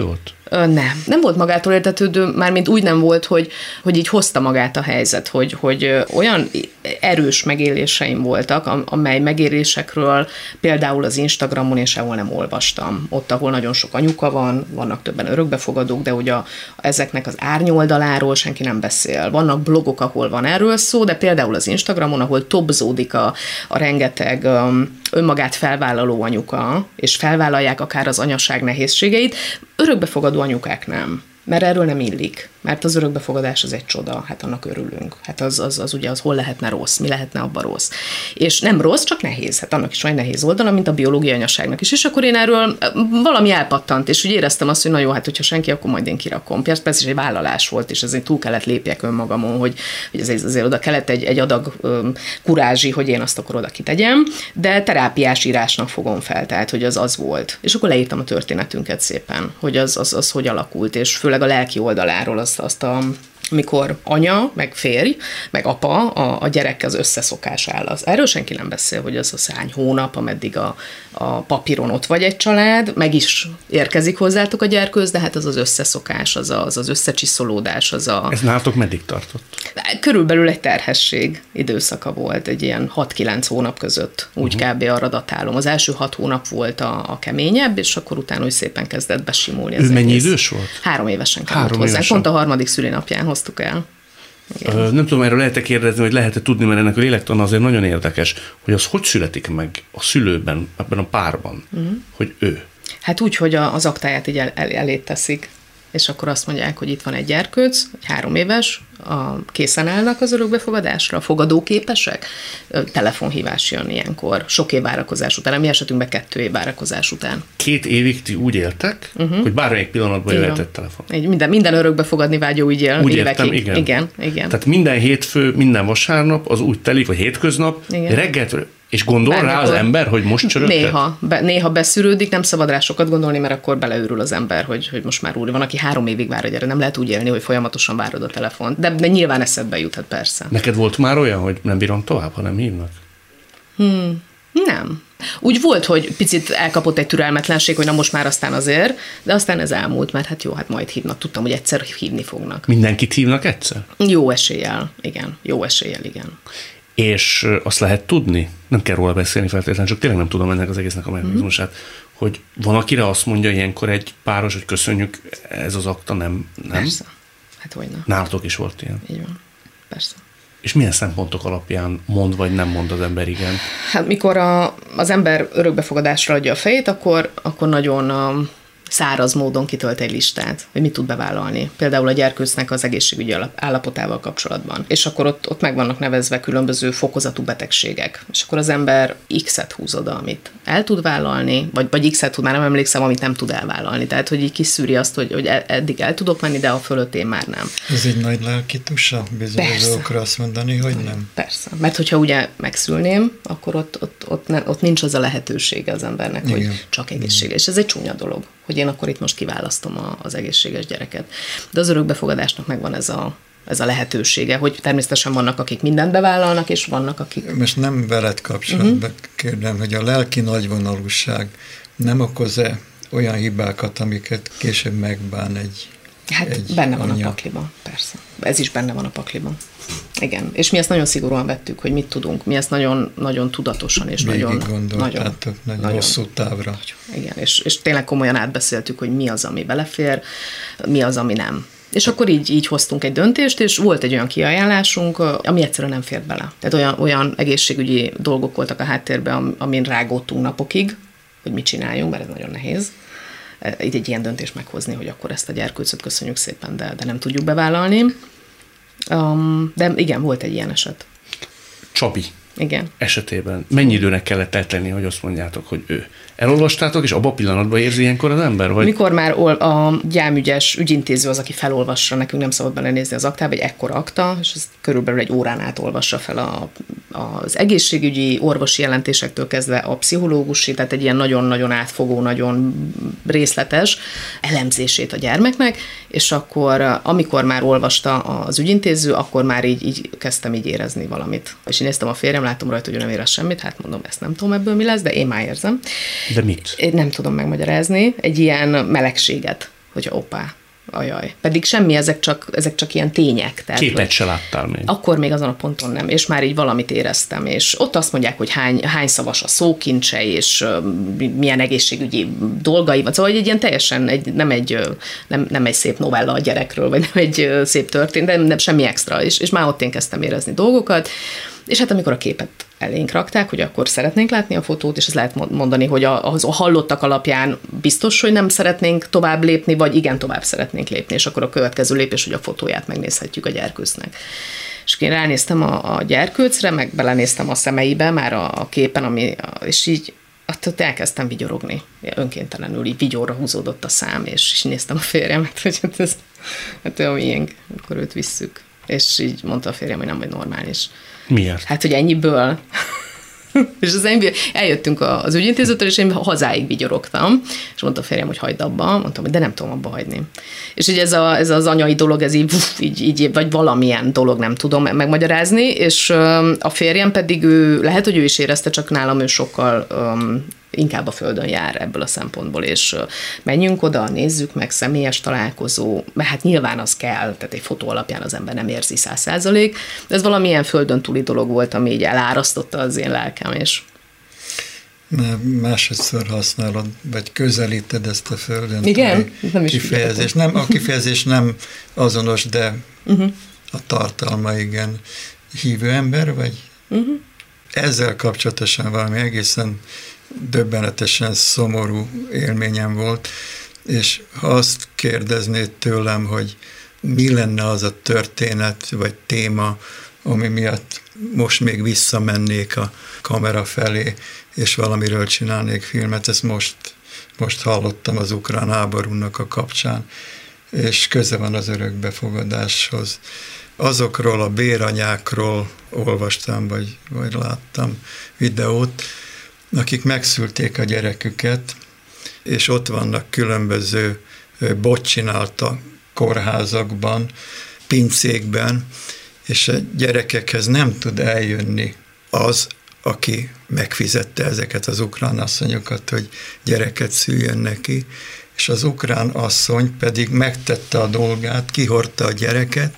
Nem, nem volt magától értetődő, mármint úgy nem volt, hogy, hogy így hozta magát a helyzet, hogy, hogy olyan erős megéléseim voltak, amely megélésekről például az Instagramon én sehol nem olvastam. Ott, ahol nagyon sok anyuka van, vannak többen örökbefogadók, de ugye a, ezeknek az árnyoldaláról senki nem beszél. Vannak blogok, ahol van erről szó, de például az Instagramon, ahol topzódik a, a rengeteg um, önmagát felvállaló anyuka, és felvállalják akár az anyaság nehézségeit, örökbefogadó anyukák nem, mert erről nem illik. Mert az örökbefogadás az egy csoda, hát annak örülünk. Hát az, az, az ugye az hol lehetne rossz, mi lehetne abban rossz. És nem rossz, csak nehéz. Hát annak is van egy nehéz oldala, mint a biológiai anyaságnak is. És akkor én erről valami elpattant, és úgy éreztem azt, hogy na jó, hát hogyha senki, akkor majd én kirakom. Persze, persze egy vállalás volt, és ezért túl kellett lépjek önmagamon, hogy, hogy azért, azért oda kellett egy, egy adag um, kurázsi, hogy én azt akkor oda kitegyem, de terápiás írásnak fogom fel, tehát hogy az az volt. És akkor leírtam a történetünket szépen, hogy az, az, az hogy alakult, és főleg a lelki oldaláról az azt, azt a, amikor anya, meg férj, meg apa, a, a gyerek az összeszokás áll. Az. Erről senki nem beszél, hogy az a hány hónap, ameddig a, a papíron ott vagy egy család, meg is érkezik hozzátok a gyerkőz, de hát az az összeszokás, az az, az összecsiszolódás. Az a... Ez nálatok meddig tartott? Körülbelül egy terhesség időszaka volt, egy ilyen hat-kilenc hónap között, úgy uh-huh. kb. Arra datálom. Az első hat hónap volt a, a keményebb, és akkor utána úgy szépen kezdett besimulni. Ő mennyi egész. Idős volt? Három évesen került hozzánk. Pont a harmadik szülinapján hoztuk el. Ö, nem tudom, erről lehet-e kérdezni, hogy lehet-e tudni, mert ennek a lélektana azért nagyon érdekes, hogy az hogy születik meg a szülőben, ebben a párban, uh-huh. hogy ő. Hát úgy, hogy a, az aktáját így el, el, elét teszik, és akkor azt mondják, hogy itt van egy gyerkőc, egy három éves, a, készen állnak az örökbefogadásra, fogadóképesek, telefonhívás jön ilyenkor, sok év várakozás után, a mi esetünkben kettő év várakozás után. Két évig ti úgy éltek, uh-huh. hogy bármelyik pillanatban jöhet egy telefon. Így, minden, minden örökbefogadni vágyó úgy él. Úgy értem, igen. igen. Igen. Tehát minden hétfő, minden vasárnap az úgy telik, vagy hétköznap, reggelt. És gondol Bármikor, rá az ember, hogy most csörögtet? Néha, be, néha beszűrődik, nem szabad rá sokat gondolni, mert akkor beleőrül az ember, hogy, hogy most már úr van, aki három évig vár, hogy erre nem lehet úgy élni, hogy folyamatosan várod a telefont. De, de nyilván eszedbe juthat, persze. Neked volt már olyan, hogy nem bírom tovább, ha nem hívnak? Hmm, nem. Úgy volt, hogy picit elkapott egy türelmetlenség, hogy na most már aztán azért, de aztán ez elmúlt, mert hát jó, hát majd hívnak. Tudtam, hogy egyszer hívni fognak. Mindenkit hívnak egyszer? Jó eséllyel, igen. Jó eséllyel, igen. És azt lehet tudni, nem kell róla beszélni feltétlenül, csak tényleg nem tudom ennek az egésznek a mechanizmusát, mm. hogy van, akire azt mondja ilyenkor egy páros, hogy köszönjük, ez az akta nem... nem? Persze. Hát hogyne. Nálatok is volt ilyen. Így van. Persze. És milyen szempontok alapján mond vagy nem mond az ember igen? Hát mikor a, az ember örökbefogadásra adja a fejét, akkor, akkor nagyon... A, száraz módon kitölt egy listát, hogy mit tud bevállalni. Például a gyerkőcnek az egészségügyi állapotával kapcsolatban. És akkor ott, ott meg vannak nevezve különböző fokozatú betegségek. És akkor az ember X-et húz oda, amit el tud vállalni, vagy, vagy X-et tud, már nem emlékszem, amit nem tud elvállalni. Tehát, hogy így kiszűri azt, hogy, hogy eddig el tudok menni, de a fölött én már nem. Ez egy nagy lelki tusa bizonyos dolgokra azt mondani, hogy nem. Persze. Mert hogyha ugye megszülném, akkor ott, ott, ott, ne, ott nincs az a lehetősége az embernek, igen. hogy csak egészséges. És ez egy csúnya dolog, hogy én akkor itt most kiválasztom a, az egészséges gyereket. De az örökbefogadásnak megvan ez a, ez a lehetősége, hogy természetesen vannak, akik mindent bevállalnak, és vannak, akik... Most nem veled kapcsolatban uh-huh. kérdem, hogy a lelki nagyvonalúság nem okoz-e olyan hibákat, amiket később megbán egy Hát egy benne van anya. A pakliban, persze. Ez is benne van a pakliban. Igen. És mi ezt nagyon szigorúan vettük, hogy mit tudunk. Mi ezt nagyon, nagyon tudatosan és végig nagyon... gondoltátok, nagyon, nagyon hosszú távra. Nagyon, igen, és, és tényleg komolyan átbeszéltük, hogy mi az, ami belefér, mi az, ami nem. És akkor így, így hoztunk egy döntést, és volt egy olyan kiajánlásunk, ami egyszerűen nem fért bele. Tehát olyan, olyan egészségügyi dolgok voltak a háttérben, amin rágódtunk napokig, hogy mit csináljunk, mert ez nagyon nehéz. Itt egy ilyen döntést meghozni, hogy akkor ezt a gyerkőcöt köszönjük szépen, de, de nem tudjuk bevállalni. Um, de igen, volt egy ilyen eset. Csabi. Igen. Esetében mennyi időnek kellett eltenni, hogy azt mondjátok, hogy ő? Elolvastátok, és abban a pillanatban érzi ilyenkor az ember? Vagy? Mikor már a gyámügyes ügyintéző az, aki felolvassa, nekünk nem szabad belenézni az aktába, egy ekkora akta, és ez körülbelül egy órán át olvassa fel a, az egészségügyi, orvosi jelentésektől kezdve a pszichológusi, tehát egy ilyen nagyon-nagyon átfogó, nagyon részletes elemzését a gyermeknek, és akkor, amikor már olvasta az ügyintéző, akkor már így, így kezdtem így érezni valamit. És én néztem a férjem, látom rajta, hogy ő nem érez semmit, hát mondom, ezt nem tudom ebből mi lesz, de én már érzem. De mit? Én nem tudom megmagyarázni. Egy ilyen melegséget, hogy oppá, ajaj. Pedig semmi, ezek csak, ezek csak ilyen tények. Tehát, képet se láttál még. Akkor még azon a ponton nem, és már így valamit éreztem, és ott azt mondják, hogy hány, hány szavas a szókincse, és uh, milyen egészségügyi dolgai van. Szóval egy ilyen teljesen, egy, nem, egy, nem, nem egy szép novella a gyerekről, vagy nem egy uh, szép történet, de nem semmi extra, és, és már ott én kezdtem érezni dolgokat, és hát amikor a képet elénk rakták, hogy akkor szeretnénk látni a fotót, és ezt lehet mondani, hogy a, a hallottak alapján biztos, hogy nem szeretnénk tovább lépni, vagy igen, tovább szeretnénk lépni, és akkor a következő lépés, hogy a fotóját megnézhetjük a gyerkőcnek. És én ránéztem a, a gyerkőcre, meg belenéztem a szemeibe már a, a képen, ami, és így ott elkezdtem vigyorogni. Önkéntelenül így vigyorra húzódott a szám, és, és néztem a férjemet, hogy hát ez hát olyan miénk, akkor őt visszük. És így mondta a férjem, hogy nem vagy normális. Miért? Hát, hogy ennyiből. És az ennyiből eljöttünk az ügyintézőtől, és én hazáig vigyorogtam, és mondta a férjem, hogy hagyd abba, mondtam, hogy de nem tudom abba hagyni. És így ez, a, ez az anyai dolog, ez így, uff, így, így, vagy valamilyen dolog, nem tudom megmagyarázni, és a férjem pedig ő, lehet, hogy ő is érezte, csak nálam ő sokkal um, inkább a földön jár ebből a szempontból, és menjünk oda, nézzük meg, személyes találkozó, mert hát nyilván az kell, tehát egy fotó alapján az ember nem érzi száz százalék, de ez valamilyen földön túli dolog volt, ami így elárasztotta az én lelkem, és másodszor használod, vagy közelíted ezt a földön igen? túli kifejezést. Nem, a kifejezés nem azonos, de uh-huh. a tartalma igen. Hívő ember, vagy? Uh-huh. Ezzel kapcsolatosan valami egészen döbbenetesen szomorú élményem volt, és ha azt kérdeznéd tőlem, hogy mi lenne az a történet, vagy téma, ami miatt most még visszamennék a kamera felé, és valamiről csinálnék filmet, ezt most, most hallottam az ukrán háborúnak a kapcsán, és köze van az örökbefogadáshoz. Azokról a béranyákról olvastam, vagy, vagy láttam videót, akik megszülték a gyereküket, és ott vannak különböző botcsinálta kórházakban, pincékben, és a gyerekekhez nem tud eljönni az, aki megfizette ezeket az ukrán asszonyokat, hogy gyereket szüljön neki, és az ukrán asszony pedig megtette a dolgát, kihordta a gyereket,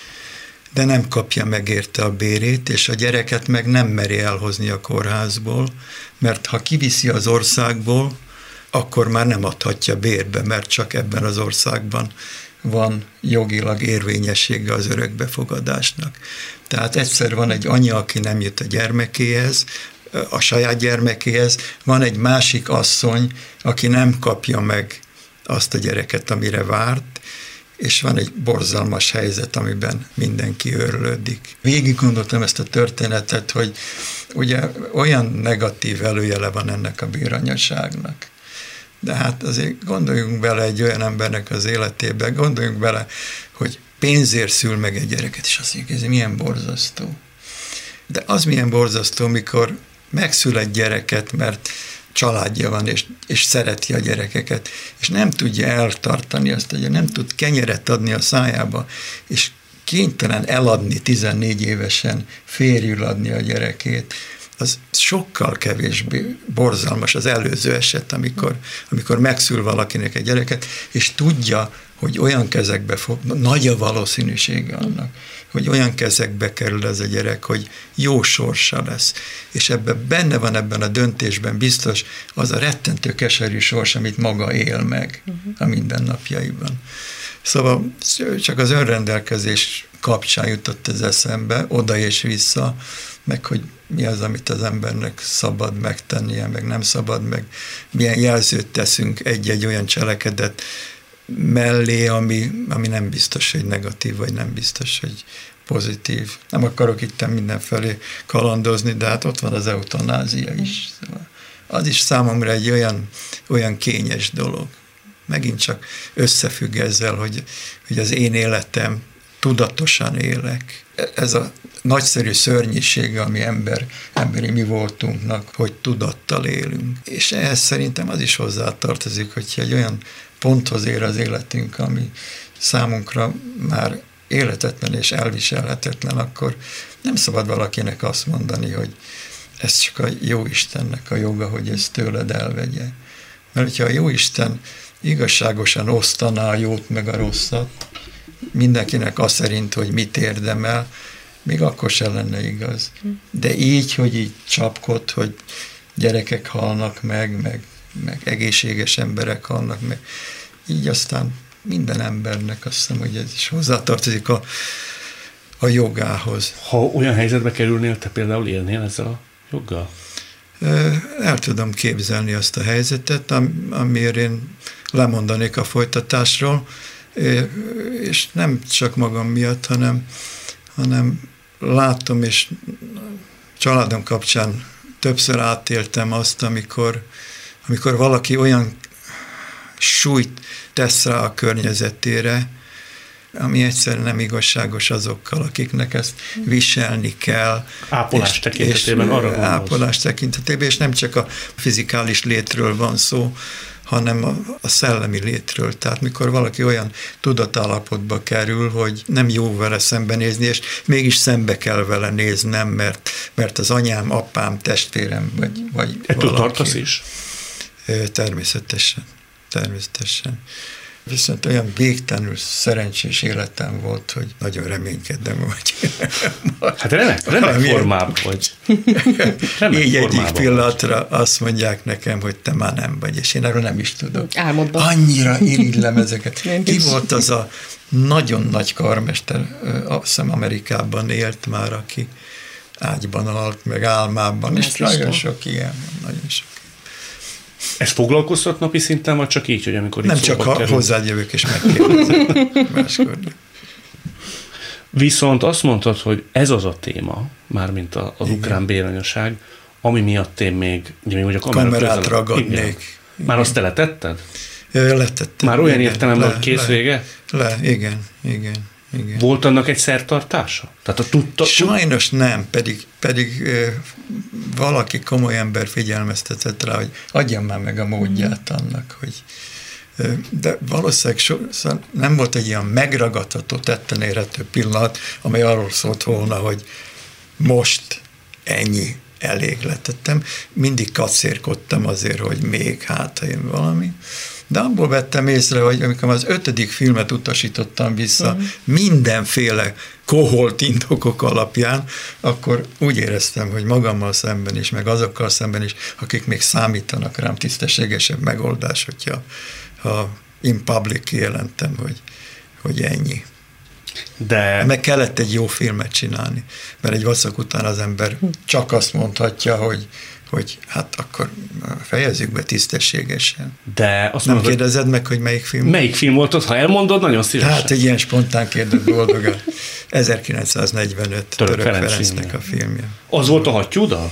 de nem kapja meg érte a bérét, és a gyereket meg nem meri elhozni a kórházból, mert ha kiviszi az országból, akkor már nem adhatja bérbe, mert csak ebben az országban van jogilag érvényessége az örökbefogadásnak. Tehát egyszer van egy anya, aki nem jut a gyermekéhez, a saját gyermekéhez, van egy másik asszony, aki nem kapja meg azt a gyereket, amire várt, és van egy borzalmas helyzet, amiben mindenki őrlődik. Végig gondoltam ezt a történetet, hogy ugye olyan negatív előjele van ennek a béranyaságnak. De hát azért gondoljunk bele egy olyan embernek az életébe, gondoljunk bele, hogy pénzért szül meg egy gyereket, és azt mondjuk, ez milyen borzasztó. De az milyen borzasztó, mikor megszül egy gyereket, mert családja van, és, és szereti a gyerekeket, és nem tudja eltartani azt, hogy nem tud kenyeret adni a szájába, és kénytelen eladni tizennégy évesen, férjül adni a gyerekét, az sokkal kevésbé borzalmas az előző eset, amikor, amikor megszül valakinek egy gyereket, és tudja, hogy olyan kezekbe fog, nagy a valószínűsége annak, hogy olyan kezekbe kerül ez a gyerek, hogy jó sorsa lesz. És ebben benne van ebben a döntésben biztos az a rettentő keserű sors, amit maga él meg a mindennapjaiban. Szóval csak az önrendelkezés kapcsán jutott ez eszembe, oda és vissza, meg hogy mi az, amit az embernek szabad megtennie, meg nem szabad, meg milyen jelzőt teszünk egy-egy olyan cselekedet mellé, ami, ami nem biztos, hogy negatív, vagy nem biztos, hogy pozitív. Nem akarok itt mindenfelé kalandozni, de hát ott van az eutanázia is. Szóval az is számomra egy olyan, olyan kényes dolog. Megint csak összefügg ezzel, hogy, hogy az én életem tudatosan élek. Ez a nagyszerű szörnyűsége, ami ember, emberi mi voltunknak, hogy tudattal élünk. És ehhez szerintem az is hozzátartozik, hogyha egy olyan ponthoz ér az életünk, ami számunkra már életetlen és elviselhetetlen, akkor nem szabad valakinek azt mondani, hogy ez csak a Jóistennek a joga, hogy ezt tőled elvegye. Mert hogyha a Jóisten igazságosan osztaná a jót meg a rosszat, mindenkinek az szerint, hogy mit érdemel, még akkor sem lenne igaz. De így, hogy így csapkod, hogy gyerekek halnak meg, meg, meg egészséges emberek halnak meg, így aztán minden embernek azt hiszem, hogy ez is hozzátartozik a, a jogához. Ha olyan helyzetbe kerülnél, te például élnél ezzel a joggal? El tudom képzelni azt a helyzetet, amiért én lemondanék a folytatásról, és nem csak magam miatt, hanem, hanem látom, és családom kapcsán többször átéltem azt, amikor, amikor valaki olyan súlyt tesz rá a környezetére, ami egyszerűen nem igazságos azokkal, akiknek ezt viselni kell. Ápolás és, tekintetében és arra gondolsz. Ápolás tekintetében, és nem csak a fizikális létről van szó, hanem a, a szellemi létről. Tehát mikor valaki olyan tudatállapotba kerül, hogy nem jó vele szembenézni, és mégis szembe kell vele néznem, mert, mert az anyám, apám, testvérem, vagy, vagy ettől tartasz is? Természetesen. Természetesen. Viszont olyan végtelenül szerencsés életem volt, hogy nagyon reménykedem, hogy... Hát remek, remek formában vagy. Remek így egyik pillanatra vagy. Azt mondják nekem, hogy te már nem vagy, és én erről nem is tudok. Álmodban. Annyira irigylem ezeket. Ki volt az a nagyon nagy karmester, azt hiszem Amerikában élt már, aki ágyban halt, meg álmában, és nagyon sok ilyen, nagyon sok. Ez foglalkoztat napi szinten, vagy csak így, hogy amikor nem itt csak ha kerül? hozzád jövök és megkérdezek máskor. Viszont azt mondtad, hogy ez az a téma, mármint az igen. ukrán béranyaság, ami miatt én még, ugye még a kamera kamerát közel, ragadnék. Igen. Már azt te letetted? Letettem. Már olyan igen, értelemben, le, hogy kész le, vége? Le, igen, igen. Igen. Volt annak egy szertartása? Tehát a tudta... Sajnos nem, pedig, pedig ö, valaki komoly ember figyelmeztetett rá, hogy adjam már meg a módját annak, hogy ö, de valószínűleg so, szóval nem volt egy ilyen megragadható, tetten érhető pillanat, amely arról szólt volna, hogy most ennyi elég letettem. Mindig kacérkodtam azért, hogy még hát én valami. De abból vettem észre, hogy amikor az ötödik filmet utasítottam vissza uh-huh. mindenféle koholt indokok alapján, akkor úgy éreztem, hogy magammal szemben is, meg azokkal szemben is, akik még számítanak rám, tisztességesebb megoldás, hogyha ha in public kijelentem, hogy, hogy ennyi. De... Meg kellett egy jó filmet csinálni, mert egy vacak után az ember csak azt mondhatja, hogy hogy hát akkor fejezzük be tisztességesen. De azt nem mondod, kérdezed meg, hogy melyik film? Melyik film volt ott? Ha elmondod, nagyon szívesen. Hát egy ilyen spontán kérdez boldogan. ezerkilencszáznegyvenöt Török, Török Ferenc Ferencnek filmje. A filmje. Az volt a hattyúdal?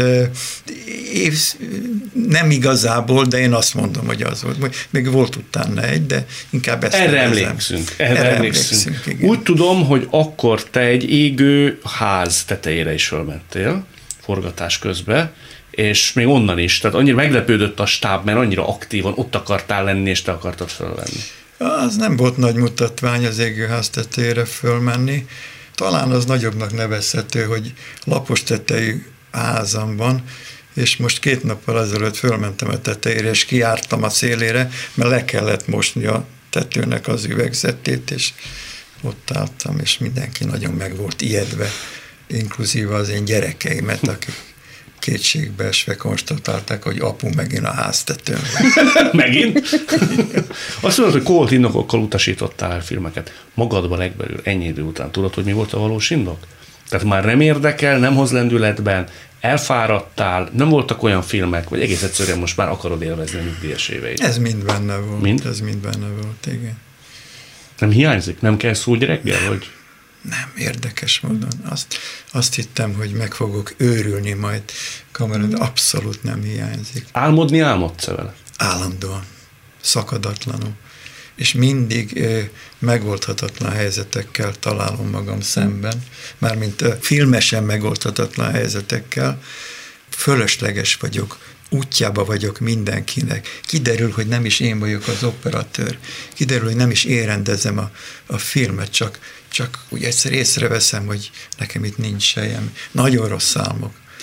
Nem igazából, de én azt mondom, hogy az volt. Még volt utána egy, de inkább ezt Erre emlékszünk. Erre, Erre emlékszünk. emlékszünk Úgy tudom, hogy akkor te egy égő ház tetejére is fölmentél, forgatás közben, és még onnan is, tehát annyira meglepődött a stáb, mert annyira aktívan ott akartál lenni, és te akartad fölvenni. Az nem volt nagy mutatvány az égőház tetejére fölmenni. Talán az nagyobbnak nevezhető, hogy lapos tetejű házam van, és most két nappal ezelőtt fölmentem a tetejére, és kijártam a szélére, mert le kellett mosni a tetőnek az üvegzetét, és ott álltam, és mindenki nagyon meg volt ijedve, inkluzíve az én gyerekeimet, akik kétségbeesve konstatálták, hogy apu megint a háztetőn. Megint? Azt mondod, hogy koholt indokokkal utasítottál el filmeket. Magadban legbelül ennyi idő után tudod, hogy mi volt a valós indok? Tehát már nem érdekel, nem hoz lendületben, elfáradtál, nem voltak olyan filmek, vagy egész egyszerűen most már akarod élvezni a nyugdíjas éveid. Ez mind benne volt. Mind? Ez mind benne volt, igen. Nem hiányzik? Nem kell szó reggel, hogy... Nem, érdekes módon. Azt, azt hittem, hogy meg fogok őrülni majd kamerán, de abszolút nem hiányzik. Álmodni álmodsz vele? Állandóan, szakadatlanul. És mindig ö, megoldhatatlan helyzetekkel találom magam szemben, mármint ö, filmesen megoldhatatlan helyzetekkel. Fölösleges vagyok, útjába vagyok mindenkinek. Kiderül, hogy nem is én vagyok az operatőr. Kiderül, hogy nem is én rendezem a, a filmet, csak, csak úgy egyszer észreveszem, hogy nekem itt nincs sejem. Nagyon rossz álmok.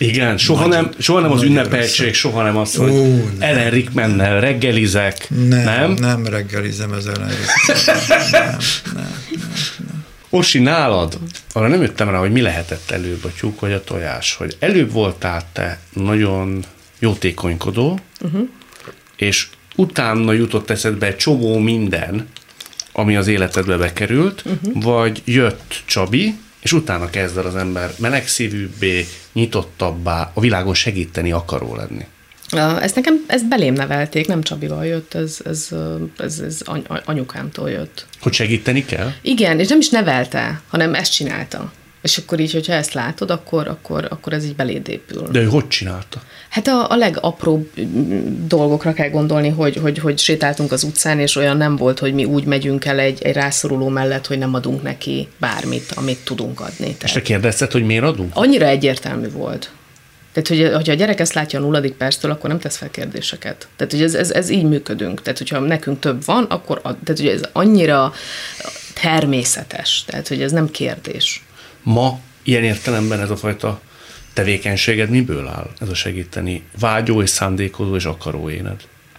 Igen, soha nem, soha nem az ünnepeltség, soha nem az, hogy Ó, Ellen Rickmannel reggelizek, nem? Nem, nem reggelizem az Ellen Rickmannel. nem, nem, nem, nem. Orsi, nálad, arra nem jöttem rá, hogy mi lehetett előbb, a tyúk vagy a tojás, hogy előbb voltál te nagyon jótékonykodó, uh-huh. és utána jutott eszedbe egy csomó minden, ami az életedbe bekerült, uh-huh. vagy jött Csabi, és utána kezd el az ember melegszívűbbé, nyitottabbá, a világon segíteni akaró lenni. Ezt nekem, ezt belém nevelték, nem Csabival jött, ez, ez, ez, ez anyukámtól jött. Hogy segíteni kell? Igen, és nem is nevelte, hanem ezt csinálta. És akkor így, hogyha ezt látod, akkor, akkor, akkor ez így beléd épül. De ő hogy csinálta? Hát a, a legapróbb dolgokra kell gondolni, hogy, hogy, hogy sétáltunk az utcán, és olyan nem volt, hogy mi úgy megyünk el egy, egy rászoruló mellett, hogy nem adunk neki bármit, amit tudunk adni. Tehát és te kérdezted, hogy miért adunk? Annyira egyértelmű volt. Tehát, hogy, hogyha a gyerek ezt látja a nulladik perctől, akkor nem tesz fel kérdéseket. Tehát, hogy ez, ez, ez így működünk. Tehát, hogyha nekünk több van, akkor ad, tehát, hogy ez annyira természetes. Tehát, hogy ez nem kérdés. Ma ilyen értelemben ez a fajta tevékenységed miből áll? Ez a segíteni vágyó és szándékozó és akaró éned?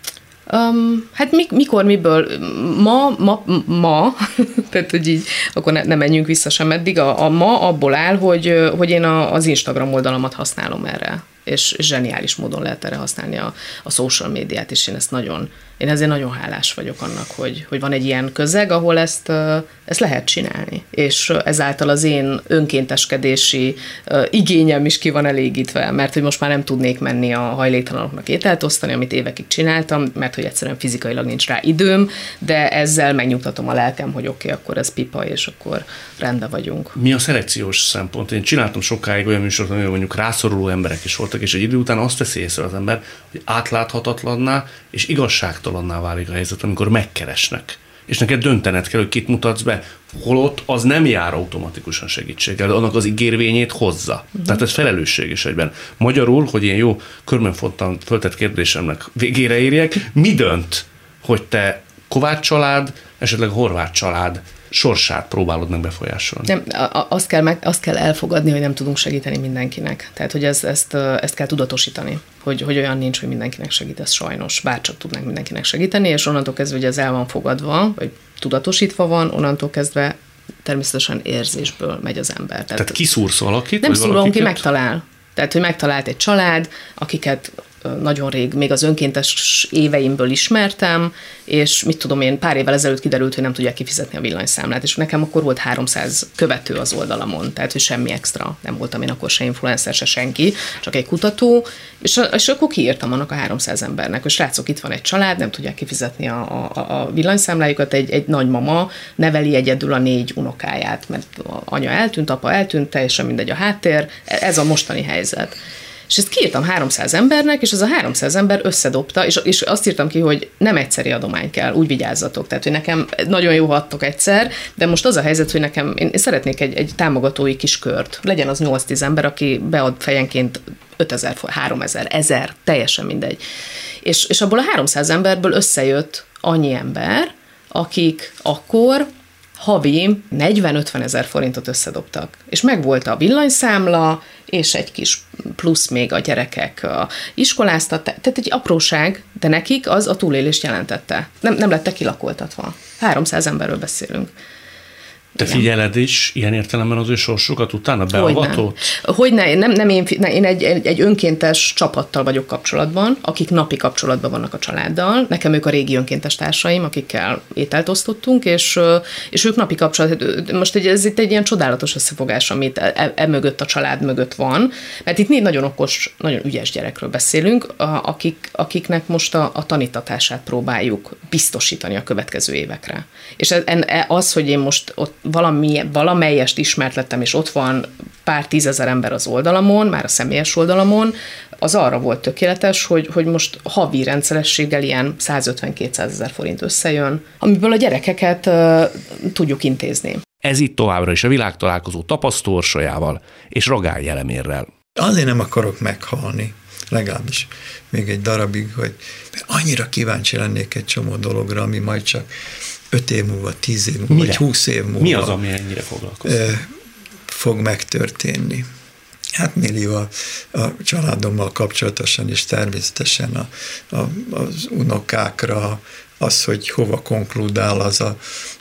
Um, hát mik, mikor, miből? Ma, ma, ma tehát, hogy így, akkor ne, ne menjünk vissza sem eddig, a, a ma abból áll, hogy, hogy én a, az Instagram oldalamat használom erre, és zseniális módon lehet erre használni a, a social médiát, és én ezt nagyon, én ezért nagyon hálás vagyok annak, hogy, hogy van egy ilyen közeg, ahol ezt, ezt lehet csinálni. És ezáltal az én önkénteskedési igényem is ki van elégítve, mert hogy most már nem tudnék menni a hajléktalanoknak ételt osztani, amit évekig csináltam, mert hogy egyszerűen fizikailag nincs rá időm, de ezzel megnyugtatom a lelkem, hogy oké, okay, akkor ez pipa, és akkor rendben vagyunk. Mi a szelekciós szempont? Én csináltam sokáig olyan műsort, amivel mondjuk rászoruló emberek is voltak, és egy idő után azt veszi észre az ember, hogy átláthatatlanná és igazságtalanná válik a helyzet, amikor megkeresnek. És neked döntened kell, hogy kit mutatsz be, holott az nem jár automatikusan segítséggel, de annak az ígérvényét hozza. Uh-huh. Tehát ez felelősség is egyben. Magyarul, hogy ilyen jó körmönfontan föltett kérdésemnek végére érjek, mi dönt, hogy te Kovács család, esetleg Horváth család sorsát próbálod meg befolyásolni? Nem, azt kell, meg, azt kell elfogadni, hogy nem tudunk segíteni mindenkinek. Tehát, hogy ez, ezt, ezt kell tudatosítani, hogy, hogy olyan nincs, hogy mindenkinek segítesz sajnos, bárcsak tudnánk mindenkinek segíteni, és onnantól kezdve, hogy ez el van fogadva, vagy tudatosítva van, onnantól kezdve természetesen érzésből megy az ember. Tehát, Tehát kiszúrsz valakit? Nem szúrom, ki megtalál. Tehát, hogy megtalált egy család, akiket nagyon rég, még az önkéntes éveimből ismertem, és mit tudom én, pár évvel ezelőtt kiderült, hogy nem tudják kifizetni a villanyszámlát, és nekem akkor volt háromszáz követő az oldalamon, tehát hogy semmi extra, nem voltam én akkor se influencer, se senki, csak egy kutató, és, és akkor kiírtam annak a háromszáz embernek, hogy srácok, itt van egy család, nem tudják kifizetni a, a, a villanyszámlájukat, egy, egy nagymama neveli egyedül a négy unokáját, mert anya eltűnt, apa eltűnt, teljesen mindegy a háttér, ez a mostani helyzet. És ezt kiírtam háromszáz embernek, és az a háromszáz ember összedobta, és, és azt írtam ki, hogy nem egyszeri adomány kell, úgy vigyázzatok. Tehát, hogy nekem nagyon jó, ha adtok egyszer, de most az a helyzet, hogy nekem, én szeretnék egy, egy támogatói kis kört. Legyen az nyolc-tíz ember, aki bead fejenként ötezer, háromezer, ezer, teljesen mindegy. És, és abból a háromszáz emberből összejött annyi ember, akik akkor havi negyven-ötven ezer forintot összedobtak. És megvolt a villanyszámla, és egy kis plusz még a gyerekek iskoláztatták. Tehát egy apróság, de nekik az a túlélést jelentette. Nem, nem lettek kilakoltatva. háromszáz emberről beszélünk. Te figyeled is ilyen értelemben az ő sorsukat utána beavatott? Hogyne, nem, nem én, ne, én egy, egy, egy önkéntes csapattal vagyok kapcsolatban, akik napi kapcsolatban vannak a családdal. Nekem ők a régi önkéntes társaim, akikkel ételt osztottunk, és, és ők napi kapcsolat. Most egy, ez itt egy ilyen csodálatos összefogás, amit e, e mögött a család mögött van, mert itt négy nagyon okos, nagyon ügyes gyerekről beszélünk, akik, akiknek most a, a tanítatását próbáljuk biztosítani a következő évekre. És ez, az, hogy én most ott valami, valamelyest ismert lettem, és ott van pár tízezer ember az oldalamon, már a személyes oldalamon, az arra volt tökéletes, hogy, hogy most havi rendszerességgel ilyen százötven-kétszázezer forint összejön, amiből a gyerekeket uh, tudjuk intézni. Ez itt továbbra is a világtalálkozó tapasztó Orsolyával és Rogán Jelemérrel. Azért nem akarok meghalni, legalábbis még egy darabig, hogy annyira kíváncsi lennék egy csomó dologra, ami majd csak öt év múlva, tíz év múlva, Mire? vagy húsz év múlva. Mi az, ami ennyire foglalkozik? Fog megtörténni. Hát millió a, a családommal kapcsolatosan, és természetesen a, a, az unokákra, az, hogy hova konkludál az a,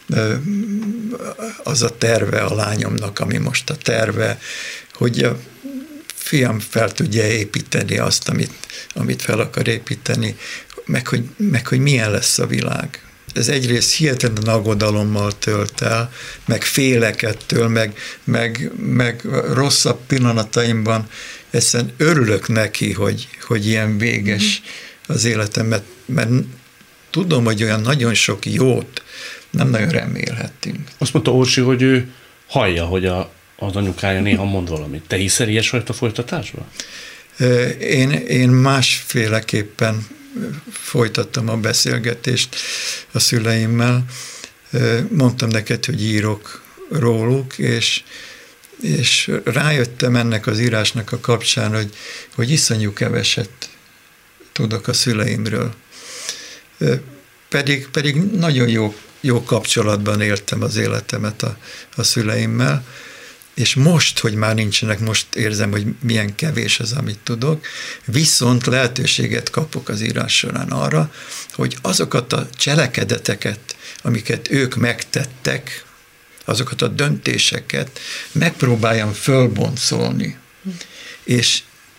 az a terve a lányomnak, ami most a terve, hogy a fiam fel tudja építeni azt, amit, amit fel akar építeni, meg hogy, meg hogy milyen lesz a világ. Ez egyrészt hihetetlen aggodalommal tölt el, meg félek ettől, meg, meg, meg rosszabb pillanataimban egyszerűen örülök neki, hogy, hogy ilyen véges az életem, mert, mert tudom, hogy olyan nagyon sok jót nem nagyon remélhettünk. Azt mondta Orsi, hogy ő hallja, hogy a, az anyukája néha mond valamit. Te hiszel ilyesfajta folytatásba? Én, én másféleképpen folytattam a beszélgetést a szüleimmel. Mondtam neked, hogy írok róluk, és, és rájöttem ennek az írásnak a kapcsán, hogy, hogy iszonyú keveset tudok a szüleimről. Pedig, pedig nagyon jó, jó kapcsolatban éltem az életemet a, a szüleimmel, és most, hogy már nincsenek, most érzem, hogy milyen kevés az, amit tudok, viszont lehetőséget kapok az írás során arra, hogy azokat a cselekedeteket, amiket ők megtettek, azokat a döntéseket megpróbáljam fölboncolni. Hm. És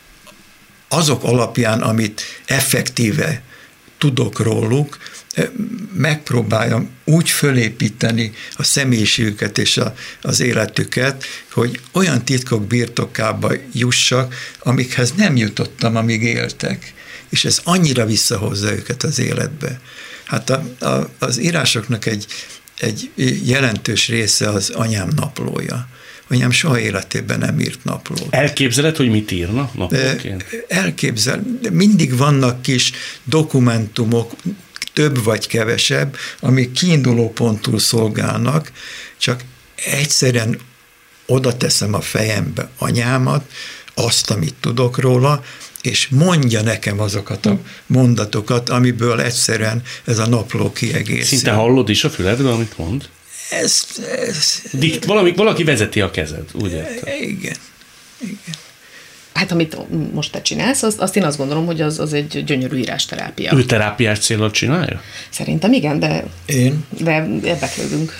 azok alapján, amit effektíve tudok róluk, megpróbáljam úgy fölépíteni a személyiségüket és a, az életüket, hogy olyan titkok birtokába jussak, amikhez nem jutottam, amíg éltek. És ez annyira visszahozza őket az életbe. Hát a, a, az írásoknak egy, egy jelentős része az anyám naplója. Anyám soha életében nem írt naplót. Elképzeled, hogy mit írna naplóként? Elképzel. Mindig vannak kis dokumentumok, több vagy kevesebb, amik kiinduló pontul szolgálnak, csak egyszerűen oda teszem a fejembe anyámat, azt, amit tudok róla, és mondja nekem azokat a mondatokat, amiből egyszerűen ez a napló kiegészül. Szinte hallod is a füledbe, amit mond? Ez, ez, Dikt, valami, valaki vezeti a kezed, úgy értem. Igen, igen. Hát amit most te csinálsz, azt, azt én azt gondolom, hogy az, az egy gyönyörű írásterápia. Ő terápiás célra csinálja? Szerintem igen, de, én? de érdeklődünk.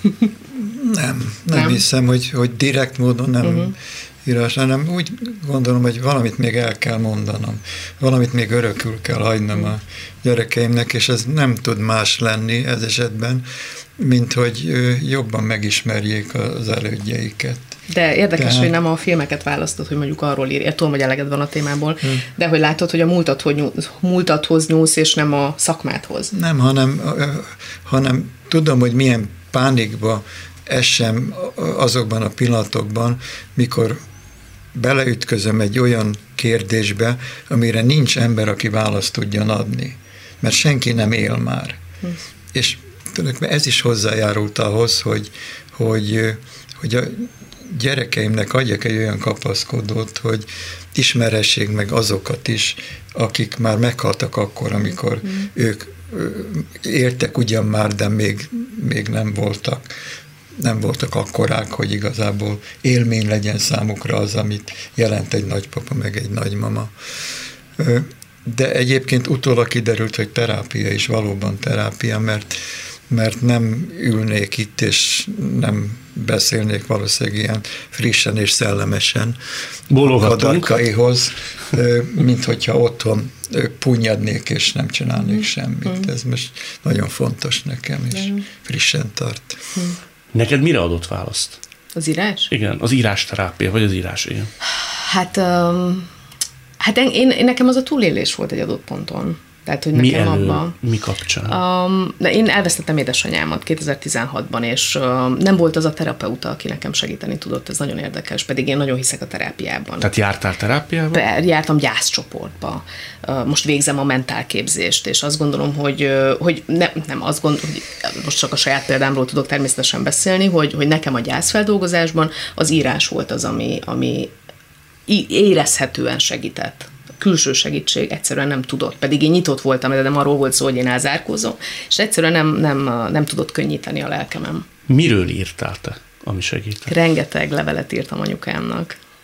Nem, nem, nem hiszem, hogy, hogy direkt módon nem uh-huh. írás, hanem úgy gondolom, hogy valamit még el kell mondanom, valamit még örökül kell hagynom a gyerekeimnek, és ez nem tud más lenni ez esetben, mint hogy jobban megismerjék az elődjeiket. De érdekes, Tehát... hogy nem a filmeket választod, hogy mondjuk arról írj. Tudom, hogy eleged van a témából, hmm. de hogy látod, hogy a múltathoz nyúlsz, múltathoz nyúlsz, és nem a szakmádhoz. Nem, hanem, hanem tudom, hogy milyen pánikba esem azokban a pillanatokban, mikor beleütközöm egy olyan kérdésbe, amire nincs ember, aki választ tudjon adni. Mert senki nem él már. Hmm. És ez is hozzájárult ahhoz, hogy, hogy, hogy a gyerekeimnek adjak egy olyan kapaszkodót, hogy ismerhessék meg azokat is, akik már meghaltak akkor, amikor mm. ők éltek ugyan már, de még, még nem voltak, nem voltak akkorák, hogy igazából élmény legyen számukra az, amit jelent egy nagypapa, meg egy nagymama. De egyébként utólag kiderült, hogy terápia is valóban terápia, mert mert nem ülnék itt, és nem beszélnék valószínűleg ilyen frissen és szellemesen kadarkaihoz, mint hogyha otthon punyadnék, és nem csinálnék semmit. Ez most nagyon fontos nekem, és frissen tart. Neked mire adott választ? Az írás? Igen, az írásterápia, vagy az írás, igen. Hát, um, hát én, én, nekem az a túlélés volt egy adott ponton. Tehát, hogy mi nekem elő, abban, mi kapcsán? Um, de én elvesztettem édesanyámat kétezer-tizenhatban, és um, nem volt az a terapeuta, aki nekem segíteni tudott, ez nagyon érdekes, pedig én nagyon hiszek a terápiában. Tehát jártál terápiában? Be, jártam gyászcsoportba. Uh, most végzem a mentálképzést, és azt gondolom, hogy, uh, hogy ne, nem azt gondolom, hogy most csak a saját példámról tudok természetesen beszélni, hogy, hogy nekem a gyászfeldolgozásban az írás volt az, ami, ami érezhetően segített. Külső segítség egyszerűen nem tudott, pedig én nyitott voltam, de nem arról volt szó, hogy én elzárkózom, és egyszerűen nem, nem, nem tudott könnyíteni a lelkemem. Miről írtál te, ami segített? Rengeteg levelet írtam anyukámnak.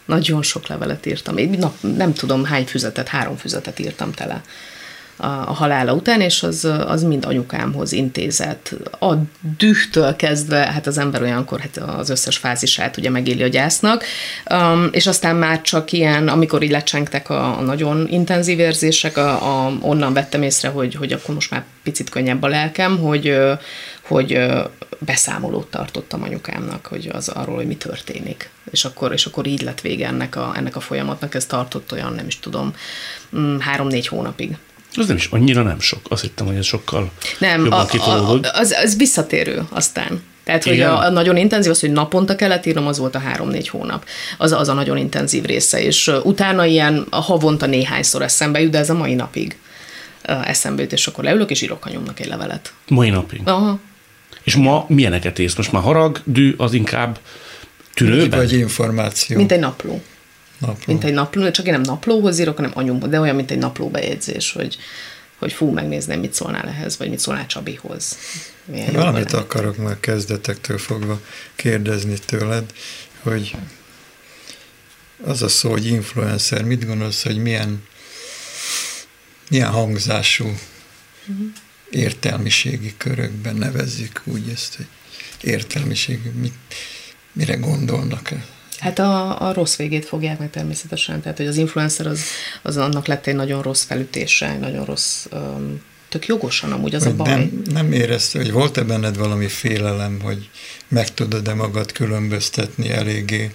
Nagyon sok levelet írtam. Én nap, nem tudom hány füzetet, három füzetet írtam tele a, a halála után, és az, az mind anyukámhoz intézett. A dühtől kezdve, hát az ember olyankor hát az összes fázisát ugye megéli a gyásznak, um, és aztán már csak ilyen, amikor így lecsengtek a, a nagyon intenzív érzések, a, a, onnan vettem észre, hogy, hogy akkor most már picit könnyebb a lelkem, hogy, hogy beszámolót tartottam anyukámnak, hogy az arról, hogy mi történik. És akkor, és akkor így lett vége ennek a, ennek a folyamatnak, ez tartott olyan, nem is tudom, három-négy hónapig. Az nem is annyira nem sok. Azt hittem, hogy ez sokkal nem, jobban a, kitolódott. a, az, az visszatérő aztán. Tehát, hogy a, a nagyon intenzív, az, hogy naponta kellett írnom, az volt a három-négy hónap. Az, az a nagyon intenzív része, és utána ilyen a havonta néhányszor eszembe jut, de ez a mai napig eszembe jut, és akkor leülök, és írok anyumnak egy levelet. Mai napig? Aha. És ma milyeneket írsz? Most már harag, dű, az inkább tűnőben? Vagy információ. Mint egy napló. napló. Mint egy napló, csak én nem naplóhoz írok, hanem anyumhoz, de olyan, mint egy naplóbejegyzés, hogy, hogy fú, megnézném, mit szólnál ehhez, vagy mit szólnál Csabihoz. Milyen Valamit akarok már kezdetektől fogva kérdezni tőled, hogy az a szó, hogy influencer, mit gondolsz, hogy milyen, milyen hangzású uh-huh. értelmiségi körökben nevezzük úgy ezt, hogy értelmiségi, mit, mire gondolnak? Hát a, a rossz végét fogják meg természetesen, tehát hogy az influencer az, az annak lett egy nagyon rossz felütése, egy nagyon rossz, um, tök jogosan amúgy az hogy a baj. Nem, nem érezted, hogy volt-e benned valami félelem, hogy meg tudod-e magad különböztetni eléggé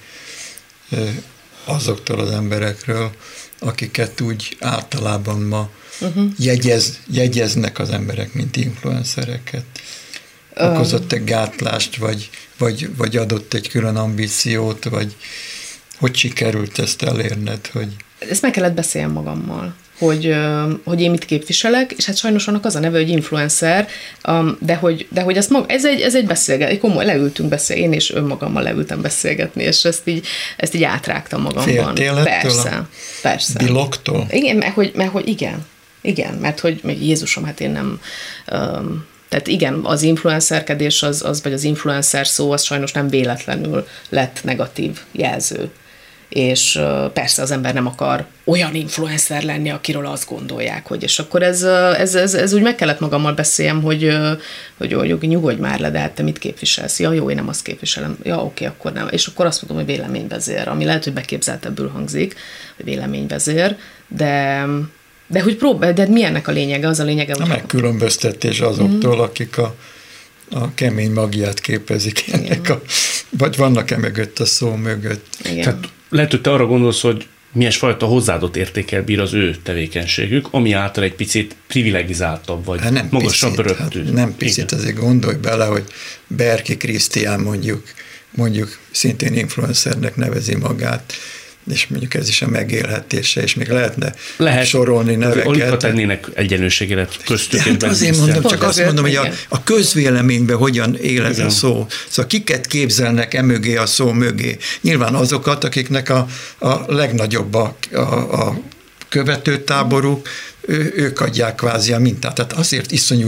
azoktól az emberekről, akiket úgy általában ma uh-huh. jegyez, jegyeznek az emberek, mint influencereket. Okozott egy gátlást, vagy, vagy, vagy adott egy külön ambíciót, vagy hogy sikerült ezt elérned? Hogy... Ezt meg kellett beszélnem magammal, hogy, hogy én mit képviselek, és hát sajnos annak az a neve, hogy influencer, de hogy, de hogy ezt mag, ez egy, ez egy beszélgetés, komoly, leültünk beszélni, én és önmagammal leültem beszélgetni, és ezt így, ezt így átrágtam magamban. Féltél Persze, a persze. biloktól? Igen, mert hogy, mert hogy igen, igen, mert hogy Jézusom, hát én nem... Um, Tehát igen, az influencerkedés, az, az, vagy az influencer szó, az sajnos nem véletlenül lett negatív jelző. És persze az ember nem akar olyan influencer lenni, akiről azt gondolják, hogy és akkor ez, ez, ez, ez úgy meg kellett magammal beszéljem, hogy, hogy, hogy nyugodj már le, de hát te mit képviselsz? Ja, jó, én nem azt képviselem. Ja, oké, akkor nem. És akkor azt mondom, hogy véleményvezér, ami lehet, hogy beképzeltebbül hangzik, hogy véleményvezér, de... De hogy próbál, de mi ennek a lényege? Az a lényege, hogy... A megkülönböztetés azoktól, mm. akik a, a kemény magját képezik ennek a... Vagy vannak-e mögött a szó mögött? Igen. Tehát lehet, hogy te arra gondolsz, hogy milyen fajta hozzáadott értékkel bír az ő tevékenységük, ami által egy picit privilegizáltabb, vagy hát magasabb röptű. Hát nem picit, igen. Azért gondolj bele, hogy Berki Krisztián mondjuk, mondjuk szintén influencernek nevezi magát, és mondjuk ez is a megélhetése, és még lehetne Lehet, sorolni neveket. Alig, ha tennének egyenlőséget köztük. Hát azért mondom, csak azt mondom, hogy a, a közvéleményben hogyan él ez igen. a szó. Szóval kiket képzelnek e mögé a szó mögé? Nyilván azokat, akiknek a, a legnagyobb a, a, a követőtáboruk, ő, ők adják kvázi a mintát. Tehát azért iszonyú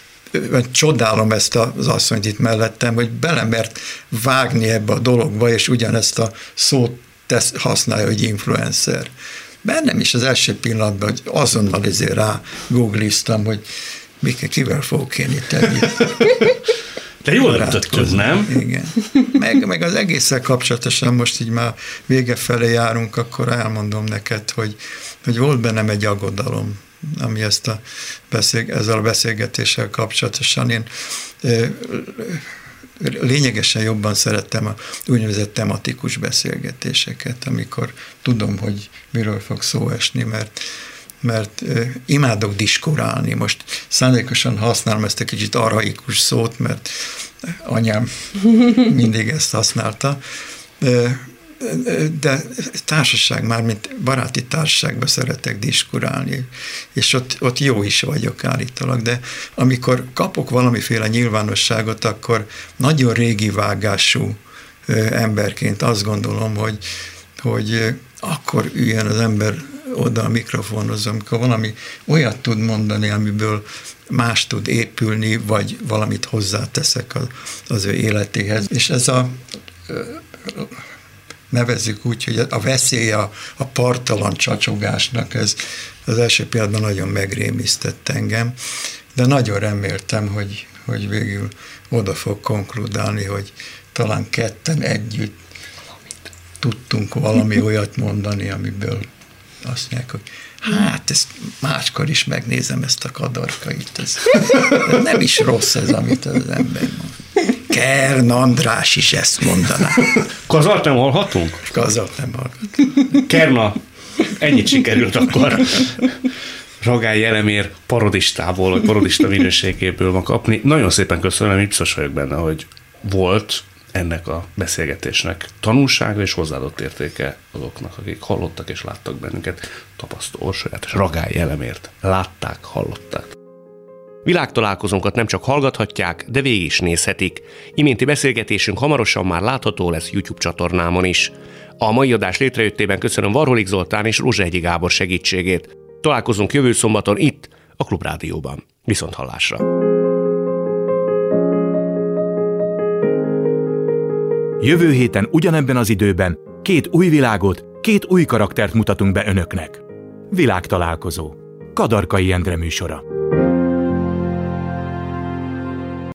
csodálom ezt az asszonyt itt mellettem, hogy belemert vágni ebbe a dologba, és ugyanezt a szót tesz, használja, hogy influencer. Bennem is az első pillanatban, hogy azonnal ezért rá googliztam, hogy Mike, kivel fogok én itt együtt. De jól ötöttük, nem? Igen. Meg, meg az egésszel kapcsolatosan most így már vége felé járunk, akkor elmondom neked, hogy, hogy volt bennem egy aggodalom, ami ezt a beszél, ezzel a beszélgetéssel kapcsolatosan én lényegesen jobban szerettem a úgynevezett tematikus beszélgetéseket, amikor tudom, hogy miről fog szó esni, mert, mert imádok diskurálni. Most szándékosan használom ezt a kicsit arhaikus szót, mert anyám mindig ezt használta, de társaság, mármint baráti társaságban szeretek diskurálni, és ott, ott jó is vagyok állítólag, de amikor kapok valamiféle nyilvánosságot, akkor nagyon régi vágású emberként azt gondolom, hogy, hogy akkor üljön az ember oda a mikrofonhoz, amikor valami olyat tud mondani, amiből más tud épülni, vagy valamit hozzáteszek az ő életéhez. És ez a nevezzük úgy, hogy a veszély a, a parttalan csacsogásnak, ez az első pillanatban nagyon megrémisztett engem, de nagyon reméltem, hogy, hogy végül oda fog konkludálni, hogy talán ketten együtt tudtunk valami olyat mondani, amiből azt mondják, hogy hát ezt máskor is megnézem ezt a kadarkait, ez nem is rossz ez, amit az ember mond. Kern András is ezt mondaná. Kazart nem hallhatunk? Kazart nem hallhatunk. Kerna, ennyit sikerült akkor Ragály Jelemér parodistából, vagy parodista minőségéből ma kapni. Nagyon szépen köszönöm, hogy biztos vagyok benne, hogy volt ennek a beszélgetésnek tanulsága és hozzáadott értéke azoknak, akik hallottak és láttak bennünket. Tapasztó Orsolyát és Ragály Jelemért látták, hallották. Világtalálkozónkat nem csak hallgathatják, de végig is nézhetik. Iménti beszélgetésünk hamarosan már látható lesz YouTube csatornámon is. A mai adás létrejöttében köszönöm Varholik Zoltán és Rózsahegyi Gábor segítségét. Találkozunk jövő szombaton itt, a Klubrádióban. Viszont hallásra! Jövő héten ugyanebben az időben két új világot, két új karaktert mutatunk be önöknek. Világtalálkozó. Kadarkai Endre műsora.